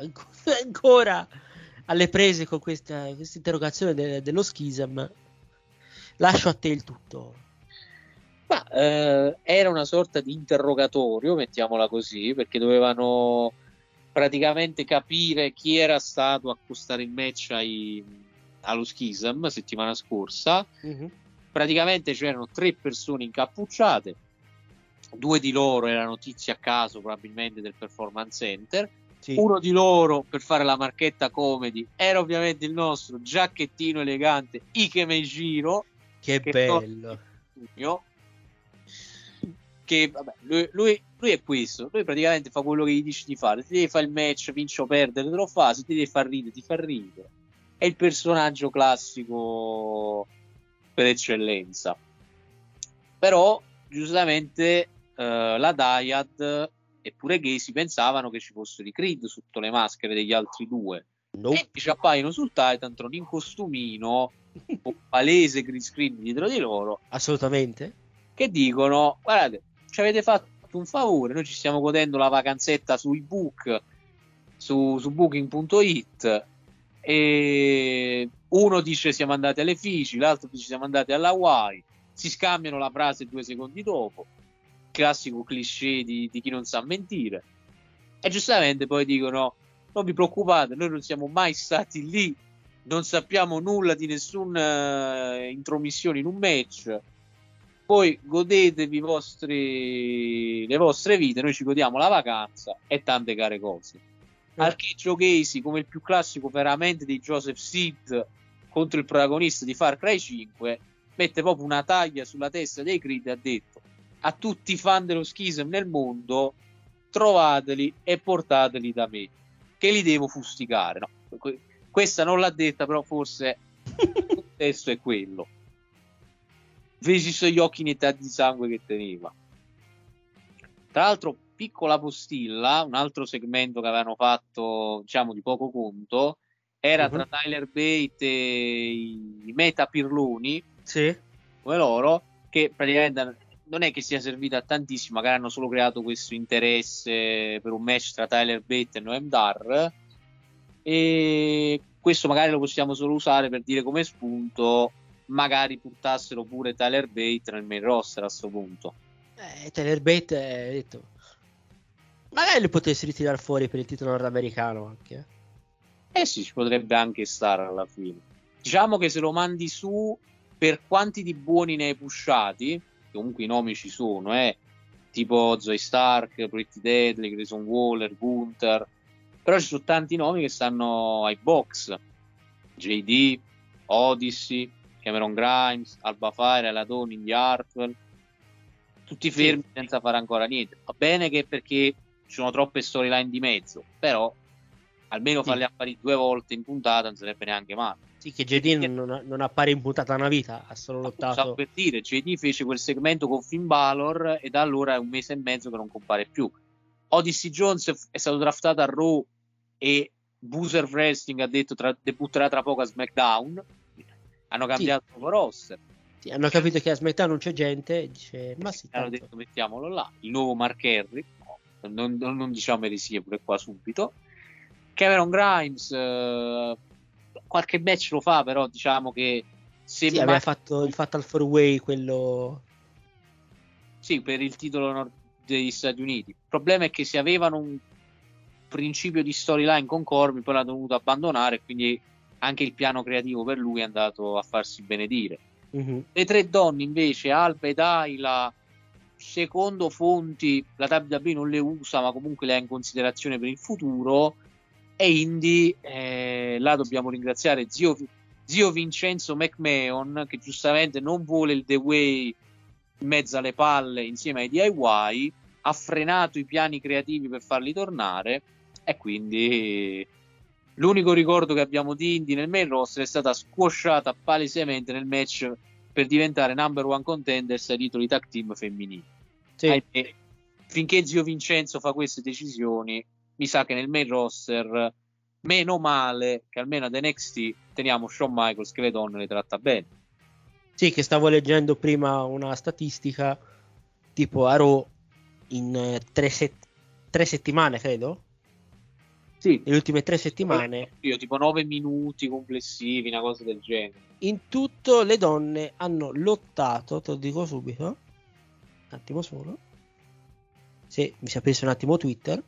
S10: ancora alle prese con questa, questa interrogazione de, dello Schism. lascio a te il tutto.
S11: Ma eh, era una sorta di interrogatorio, mettiamola così, perché dovevano praticamente capire chi era stato a accostare il match ai, allo Schism settimana scorsa.
S10: Mm-hmm.
S11: Praticamente c'erano tre persone incappucciate, due di loro erano tizi a caso probabilmente del Performance Center. Sì. Uno di loro, per fare la marchetta comedy, era ovviamente il nostro giacchettino elegante Ike Meijiro,
S10: che, che bello,
S11: che vabbè, lui, lui, lui è questo, lui praticamente fa quello che gli dici di fare. Se devi fare il match, vinci o perdere, te lo fa. Se ti devi far ridere, ti fa ridere. È il personaggio classico per eccellenza. Però giustamente eh, la Dyad e pure Gacy pensavano che ci fossero i Creed sotto le maschere degli altri due.
S10: Nope.
S11: E ci appaiono sul Titantron in costumino con palese green screen dietro di loro,
S10: assolutamente,
S11: che dicono: guardate, ci avete fatto un favore, noi ci stiamo godendo la vacanzetta sui book su, su booking punto it, e uno dice siamo andati alle Fiji, l'altro dice siamo andati alla Hawaii, si scambiano la frase due secondi dopo, classico cliché di, di chi non sa mentire, e giustamente poi dicono: non vi preoccupate, noi non siamo mai stati lì, non sappiamo nulla di nessuna uh, intromissione in un match, poi godetevi i vostri, le vostre vite, noi ci godiamo la vacanza e tante care cose. Mm. Al che Joe Gacy, come il più classico veramente dei Joseph Seed contro il protagonista di Far Cry cinque, mette proprio una taglia sulla testa dei Creed e ha detto: a tutti i fan dello Schism nel mondo, trovateli e portateli da me, che li devo fustigare. No, questa non l'ha detta, però forse il contesto è quello. Vedi sugli occhi in età di sangue che teneva. Tra l'altro, piccola postilla, un altro segmento che avevano fatto, diciamo, di poco conto, era uh-huh. tra Tyler Bate e i Meta Pirloni,
S10: sì,
S11: come loro, che praticamente non è che sia servito a tantissimo, magari hanno solo creato questo interesse per un match tra Tyler Bate e Noam Dar, e questo magari lo possiamo solo usare per dire come spunto, magari portassero pure Tyler Bate nel main roster a questo punto.
S10: Eh, Tyler Bate ha detto magari li potessi ritirare fuori per il titolo nordamericano anche.
S11: Eh sì, ci potrebbe anche stare alla fine. Diciamo che se lo mandi su, per quanti di buoni ne hai pushati, comunque i nomi ci sono, eh, tipo Zoe Stark, Pretty Deadly, Grayson Waller, Gunther, però ci sono tanti nomi che stanno ai box: J D, Odyssey, Cameron Grimes, Alba Fire, Aladon, Indy Hartwell, tutti fermi sì, senza fare ancora niente. Va bene che perché ci sono troppe storyline di mezzo, però almeno sì, farli apparire due volte in puntata non sarebbe neanche male.
S10: Sì, che J D non, non appare in puntata una vita, ha solo lottato.
S11: Stavo per dire, J D fece quel segmento con Finn Balor e da allora è un mese e mezzo che non compare più. Odyssey Jones è stato draftato a Raw e Boozer Wrestling ha detto tra, debutterà tra poco a SmackDown. Hanno cambiato sì, il nuovo roster.
S10: Sì, hanno capito che a SmackDown non c'è gente e dice, ma sì,
S11: hanno detto mettiamolo là. Il nuovo Mark Henry, no, non, non, non diciamo eresie pure qua subito. Cameron Grimes eh, qualche match lo fa, però diciamo che se
S10: sì, ma... aveva fatto il Fatal four way, quello
S11: sì, per il titolo nord- degli Stati Uniti. Il problema è che se avevano un principio di storyline con Corbin, poi l'ha dovuto abbandonare, quindi anche il piano creativo per lui è andato a farsi benedire.
S10: Mm-hmm.
S11: Le tre donne invece, Alba ed Ayla, secondo fonti la W W E non le usa, ma comunque le ha in considerazione per il futuro. E Indy, eh, là dobbiamo ringraziare zio, zio Vincenzo McMahon, che giustamente non vuole il The Way in mezzo alle palle insieme ai D I Y, ha frenato i piani creativi per farli tornare, e quindi l'unico ricordo che abbiamo di Indy nel main roster è stata squasciata palesemente nel match per diventare number one contenders ai titoli tag team femminili.
S10: Sì.
S11: Ahimè, finché zio Vincenzo fa queste decisioni, mi sa che nel main roster, meno male che almeno ad N X T teniamo Shawn Michaels che le donne le tratta bene.
S10: Sì, che stavo leggendo prima una statistica, tipo a Raw in eh, tre, set- tre settimane credo
S11: Sì.
S10: nelle ultime tre settimane.
S11: Io tipo nove minuti complessivi, una cosa del genere.
S10: In tutto le donne hanno lottato, te lo dico subito, un attimo solo, se mi si aprisse un attimo Twitter,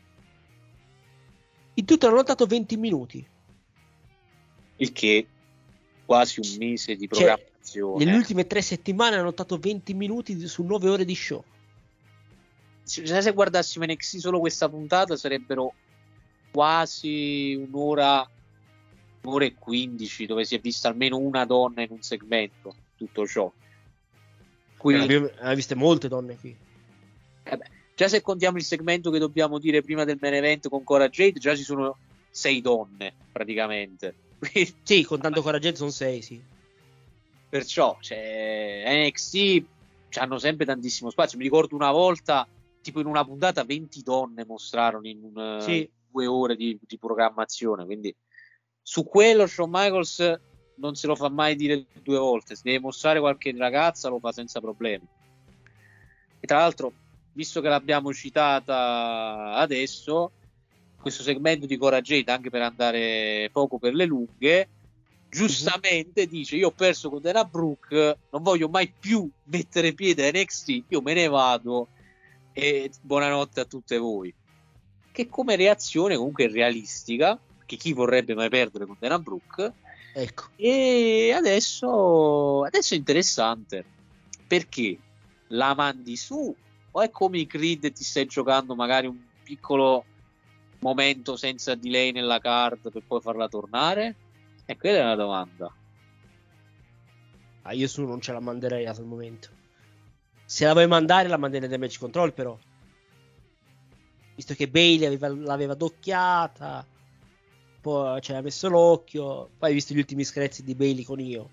S10: in tutto hanno lottato venti minuti.
S11: Il che quasi un mese di
S10: Cioè,
S11: programmazione.
S10: nelle ultime tre settimane hanno lottato venti minuti di- su nove ore di show.
S11: Se, se guardassimo N X T solo questa puntata sarebbero quasi un'ora, un'ora e quindici, dove si è vista almeno una donna in un segmento, tutto ciò. Qui,
S10: Abbiamo abbiamo viste molte donne qui.
S11: eh beh, già se contiamo il segmento che dobbiamo dire prima del main event con Cora Jade, già ci sono sei donne praticamente. Quindi,
S10: Sì, contando Cora Jade sono sei, sì.
S11: perciò cioè, N X T hanno sempre tantissimo spazio. Mi ricordo una volta, tipo in una puntata, venti donne mostrarono in un,
S10: Sì.
S11: due ore di, di programmazione. Quindi su quello Shawn Michaels non se lo fa mai dire due volte. Se deve mostrare qualche ragazza lo fa senza problemi. E tra l'altro, visto che l'abbiamo citata adesso, questo segmento di Cora Jade, anche per andare poco per le lunghe, giustamente dice: io ho perso con Dana Brooke, non voglio mai più mettere piede a N X T, io me ne vado e buonanotte a tutte voi. Che come reazione comunque è realistica, che chi vorrebbe mai perdere con Dana Brooke.
S10: Ecco.
S11: E adesso adesso è interessante, perché la mandi su o è come i Creed e ti stai giocando magari un piccolo momento senza delay nella card per poi farla tornare? E quella è una domanda.
S10: Ah, io su non ce la manderei al momento. Se la vuoi mandare, la mandi nel damage control, però. Visto che Bailey aveva, l'aveva docchiata, poi ci aveva messo l'occhio, poi hai visto gli ultimi screzi di Bailey con io.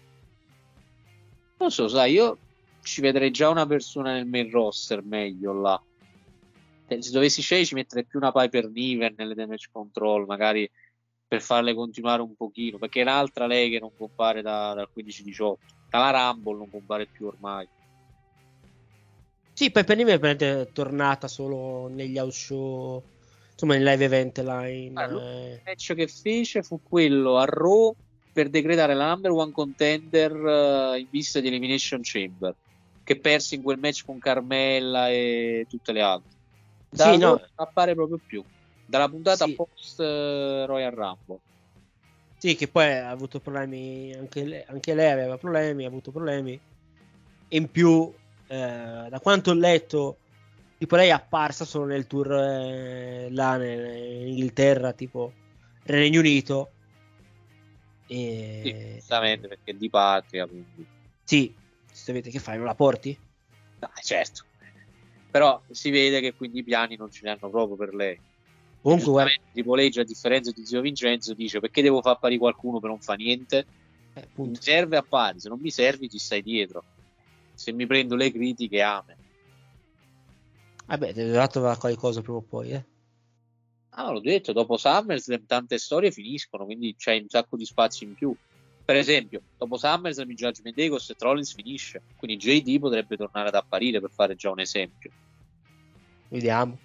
S11: Non so, sai, io ci vedrei già una persona nel main roster meglio là. Se dovessi scegliere, ci metterei più una Piper Niven nelle damage control, magari per farle continuare un pochino, perché è un'altra lei che non compare da, dal quindici diciotto, dalla Rumble non compare più ormai.
S10: Sì, poi per me è tornata solo negli house show, insomma nei live event là in,
S11: Allora,
S10: eh...
S11: il match che fece fu quello a Raw per decretare la number one contender uh, in vista di Elimination Chamber, che perse in quel match con Carmella e tutte le altre. Da
S10: Sì, no.
S11: non appare proprio più dalla puntata
S10: Sì.
S11: post uh, Royal Rumble.
S10: Sì, che poi ha avuto problemi, anche lei, anche lei aveva problemi, ha avuto problemi. E in più, eh, da quanto ho letto, tipo lei è apparsa solo nel tour eh, là nel- in Inghilterra, tipo Regno Unito. E...
S11: Sì, giustamente, perché è di patria, quindi.
S10: Sì, sapete che fai, non la porti?
S11: Dai, certo. Però si vede che quindi i piani non ce li hanno proprio per lei.
S10: Comunque, guarda,
S11: Giustamente, Triple H, a differenza di zio Vincenzo, dice: perché devo far apparire qualcuno che non fa niente?
S10: eh,
S11: Mi
S10: appunto.
S11: serve, appari, se non mi servi ci stai dietro. Se mi prendo le critiche, amen.
S10: Vabbè, ti ho dato qualcosa prima o poi, eh.
S11: Ah, l'ho detto, dopo SummerSlam tante storie finiscono, quindi c'hai un sacco di spazi in più. Per esempio, dopo SummerSlam il Judgment Day con Seth Rollins finisce, quindi J D potrebbe tornare ad apparire, per fare già un esempio.
S10: Vediamo.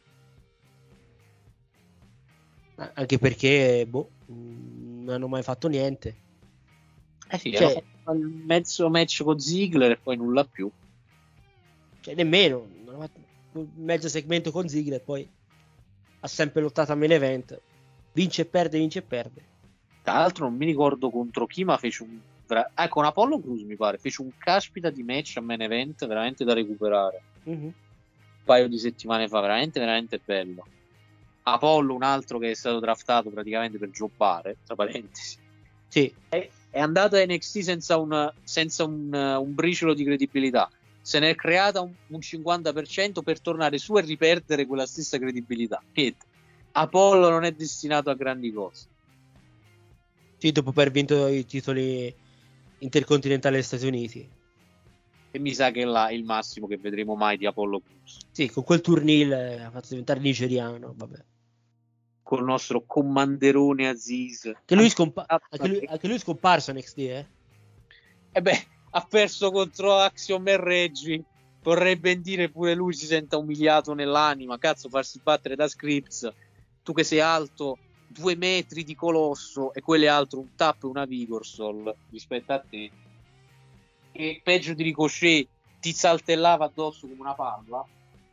S10: Ah, anche perché, boh, mh, non hanno mai fatto niente.
S11: Eh sì,
S10: Cioè-
S11: hanno fatto il mezzo match con Ziggler e poi nulla più.
S10: Cioè, nemmeno. Non ha fatto un mezzo segmento con Ziggler, poi ha sempre lottato a main event. Vince e perde, vince e perde.
S11: Tra l'altro non mi ricordo contro chi, ma fece un... vera- Ah, con Apollo Crews mi pare, fece un caspita di match a main event veramente da recuperare.
S10: Mhm.
S11: Un paio di settimane fa, veramente, veramente bello. Apollo, un altro che è stato draftato praticamente per jobbare, tra parentesi.
S10: Sì,
S11: È, è andato a N X T senza, un, senza un, un briciolo di credibilità. Se ne è creata un, un cinquanta per cento per tornare su e riperdere quella stessa credibilità. Niente. Apollo non è destinato a grandi cose.
S10: sì, dopo aver vinto i titoli intercontinentali degli Stati Uniti.
S11: E mi sa che è là il massimo che vedremo mai di Apollo Crews.
S10: Sì, con quel turnil eh, ha fatto diventare nigeriano, vabbè.
S11: Col nostro commanderone Aziz.
S10: Che lui, scompa- anche lui, anche lui è scomparso a N X T, eh?
S11: E beh, ha perso contro Axiom e Reggi. Vorrei ben dire pure lui si senta umiliato nell'anima. Cazzo, farsi battere da Scripps tu che sei alto due metri di colosso e quello è altro un tap e una Vigorsol rispetto a te, e peggio di Ricochet ti saltellava addosso come una palla.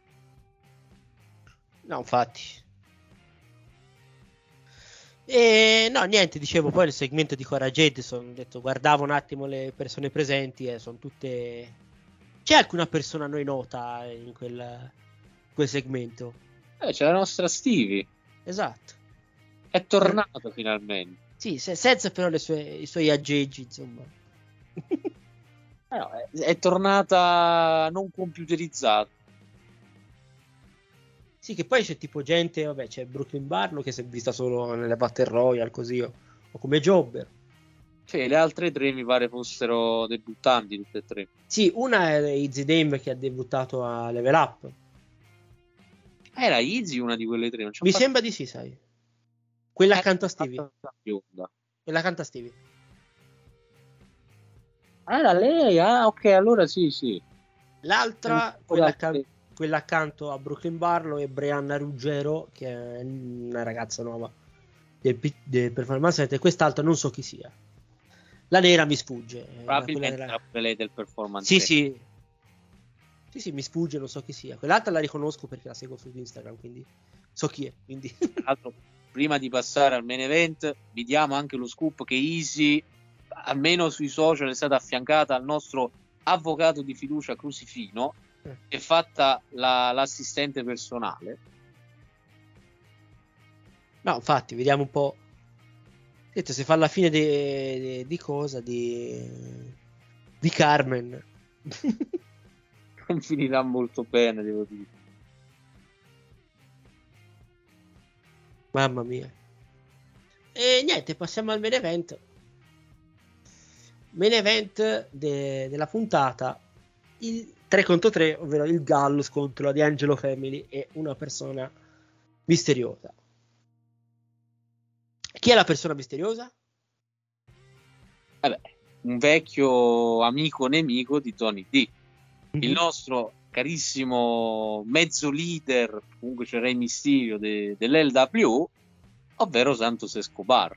S10: No, infatti. E no, niente, dicevo, poi nel segmento di Cora Jade sono detto, guardavo un attimo le persone presenti e sono tutte... C'è alcuna persona a noi nota in quel, quel segmento?
S11: Eh, c'è la nostra Stevie.
S10: Esatto.
S11: È tornato eh. finalmente.
S10: Sì, se, senza però le sue, i suoi aggeggi, insomma.
S11: Eh no, è, è tornata non computerizzata.
S10: Sì, che poi c'è tipo gente, vabbè, c'è Brooklyn Barlow che si è vista solo nelle Battle Royale, così, o, o come Jobber.
S11: Cioè, le altre tre mi pare fossero debuttanti, tutte e tre.
S10: Sì, una è Izzy Dame che ha debuttato a Level Up.
S11: Era Izzy una di quelle tre? Non
S10: Mi fatto... sembra di sì, sai. Quella accanto a Stevie. Quella accanto a Stevie.
S11: Ah, era lei? Ah, ok, allora sì, sì.
S10: L'altra, quella accanto... quella accanto a Brooklyn Barlow e Brianna Ruggero, che è una ragazza nuova del, del Performance Center. Quest'altra non so chi sia. La nera mi sfugge.
S11: Probabilmente era lei del Performance
S10: Sì, sì. Sì, sì, mi sfugge, non so chi sia. Quell'altra la riconosco perché la seguo su Instagram, quindi so chi è. Quindi.
S11: Tra l'altro, prima di passare al main event, vi diamo anche lo scoop che Easy, almeno sui social, è stata affiancata al nostro avvocato di fiducia Crucifino, è fatta la, l'assistente personale.
S10: No, infatti, vediamo un po'. Detto, se fa la fine di, di cosa di di Carmen
S11: non finirà molto bene, devo dire.
S10: Mamma mia. E niente, passiamo al main event. Main event de, della puntata, il tre contro tre, ovvero il Gallus contro la D'Angelo Family e una persona misteriosa. Chi è la persona misteriosa?
S11: Vabbè, un vecchio amico nemico di Tony D. Mm-hmm. Il nostro carissimo mezzo leader, comunque c'è Rey Mysterio de, dell'L W, ovvero Santos Escobar.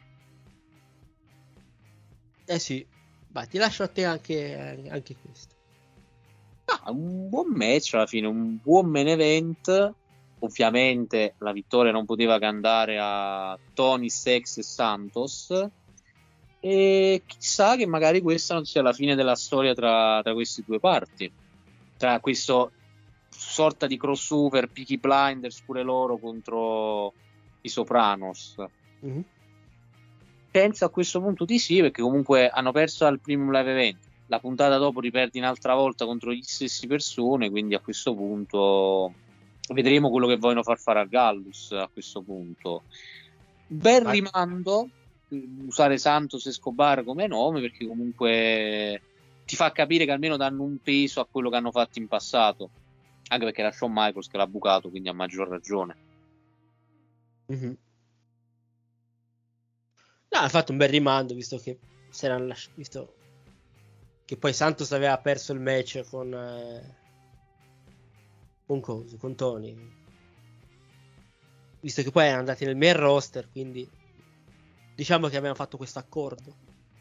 S10: Eh sì, vai, ti lascio a te anche, anche questo.
S11: Ah, un buon match alla fine, un buon main event. Ovviamente la vittoria non poteva che andare a Tony, Sex e Santos, e chissà che magari questa non sia la fine della storia tra, tra queste due parti, tra questo sorta di crossover Peaky Blinders pure loro contro i Sopranos. Mm-hmm. Penso a questo punto di sì, perché comunque hanno perso al primo live event, la puntata dopo riperdi un'altra volta contro gli stessi persone, quindi a questo punto vedremo quello che vogliono far fare a Gallus. A questo punto ben rimando usare Santos Escobar come nome, perché comunque ti fa capire che almeno danno un peso a quello che hanno fatto in passato, anche perché era Shawn Michaels che l'ha bucato, quindi a maggior ragione.
S10: Mm-hmm. No, ha fatto un bel rimando, visto che si erano lasci- visto che poi Santos aveva perso il match con eh... con cosa? Con Tony, visto che poi erano andati nel main roster, quindi diciamo che abbiamo fatto questo accordo,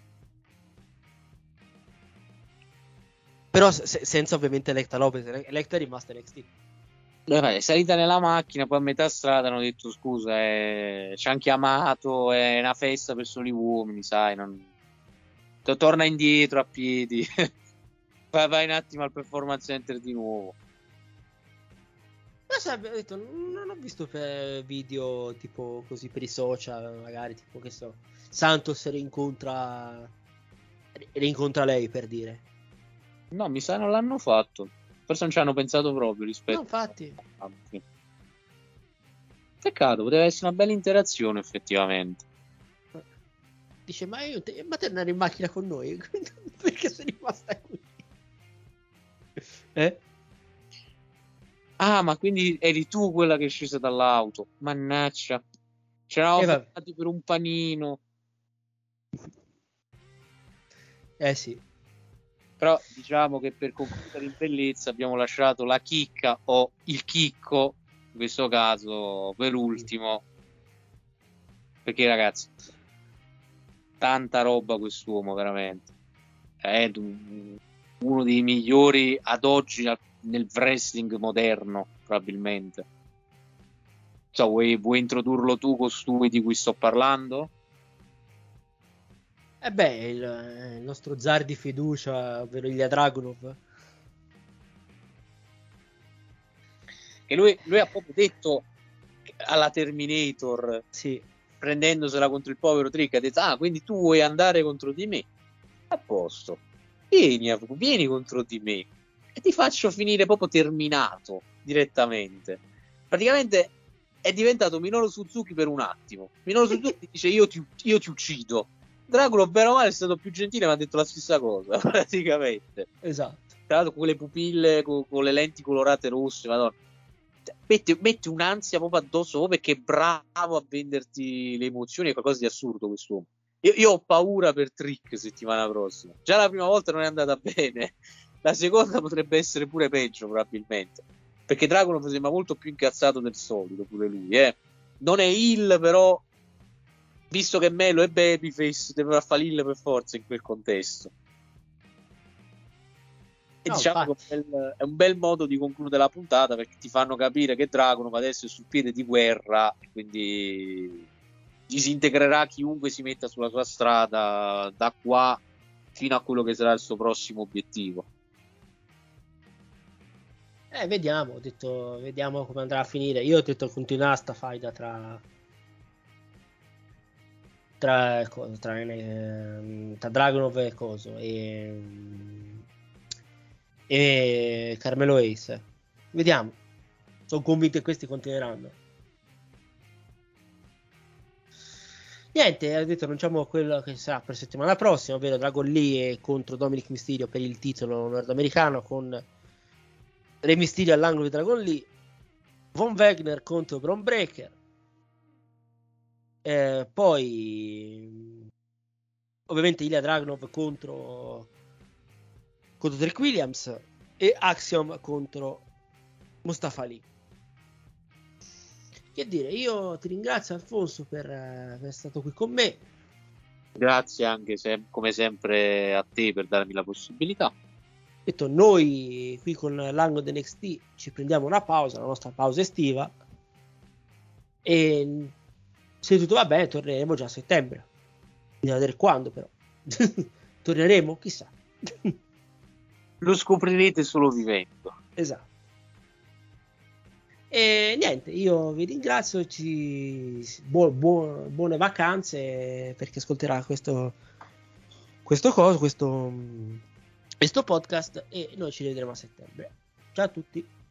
S10: però se- senza ovviamente Electa Lopez. Electa è rimasta N X T.
S11: È salita nella macchina, poi a metà strada hanno detto scusa, eh, ci hanno chiamato, è una festa per soli uomini, sai, non... torna indietro a piedi. vai, vai un attimo al Performance Center di nuovo.
S10: Ho detto, non ho visto video tipo così per i social, magari tipo che so, Santos rincontra rincontra lei, per dire.
S11: No, mi sa non l'hanno fatto, forse non ci hanno pensato proprio rispetto.
S10: No, infatti.
S11: Peccato, poteva essere una bella interazione effettivamente.
S10: Dice, ma io te, ma te andare in macchina con noi? Perché sei rimasta qui? Eh?
S11: Ah, ma quindi eri tu quella che è scesa dall'auto. Mannaggia. C'eravamo
S10: eh,
S11: fermati per un panino.
S10: Eh sì.
S11: Però diciamo che per concludere in bellezza abbiamo lasciato la chicca o il chicco, in questo caso per ultimo, perché ragazzi, tanta roba quest'uomo, veramente è uno dei migliori ad oggi nel wrestling moderno, probabilmente. So, vuoi, vuoi introdurlo tu, costui di cui sto parlando?
S10: Eh beh, il, il nostro zar di fiducia, ovvero Ilya Dragunov.
S11: Che lui, lui ha proprio detto alla Terminator,
S10: sì,
S11: prendendosela contro il povero Trick, ha detto: ah, quindi tu vuoi andare contro di me? A posto, vieni, vieni contro di me e ti faccio finire proprio terminato direttamente. Praticamente è diventato Minoru Suzuki per un attimo. Minoru Suzuki dice: io ti, io ti uccido. Dracula, bene o male, è stato più gentile, ma ha detto la stessa cosa, praticamente.
S10: Esatto.
S11: Tra l'altro con le pupille, con, con le lenti colorate rosse, madonna. Mette, mette un'ansia proprio addosso, perché è bravo a venderti le emozioni, è qualcosa di assurdo quest'uomo. Io, io ho paura per Trick settimana prossima. Già la prima volta non è andata bene, la seconda potrebbe essere pure peggio, probabilmente, perché Dragunov sembra molto più incazzato del solito, pure lui, eh. Non è heel, però, visto che Melo è babyface, deve fare l'heel per forza in quel contesto. E no, diciamo che è un, bel, è un bel modo di concludere la puntata, perché ti fanno capire che Dragunov adesso è sul piede di guerra, quindi disintegrerà chiunque si metta sulla sua strada da qua fino a quello che sarà il suo prossimo obiettivo.
S10: Eh, vediamo, ho detto, vediamo come andrà a finire. Io ho detto continuare sta faida tra tra tra, tra, eh, tra Dragunov e coso e e Carmelo Ace. Vediamo. Sono convinto che questi continueranno. Niente, ha detto annunciamo quello che sarà per settimana prossima, ovvero Dragon Lee contro Dominic Mysterio per il titolo nordamericano, con Re Mysterio all'angolo di Dragon Lee, Von Wagner contro Bron Breakker, eh, poi ovviamente Ilya Dragunov contro contro Trick Williams e Axiom contro Mustafa Ali. Che dire, io ti ringrazio Alfonso per uh, essere stato qui con me.
S11: Grazie anche se, come sempre a te per darmi la possibilità.
S10: Detto, noi qui con l'angolo di N X T ci prendiamo una pausa, la nostra pausa estiva, e se tutto va bene torneremo già a settembre. Bisogna vedere quando, però. Torneremo? Chissà.
S11: Lo scoprirete solo vivendo.
S10: Esatto. E niente, io vi ringrazio, ci... buo, buo, buone vacanze per chi ascolterà questo questo coso, questo, questo podcast, e noi ci rivedremo a settembre. Ciao a tutti.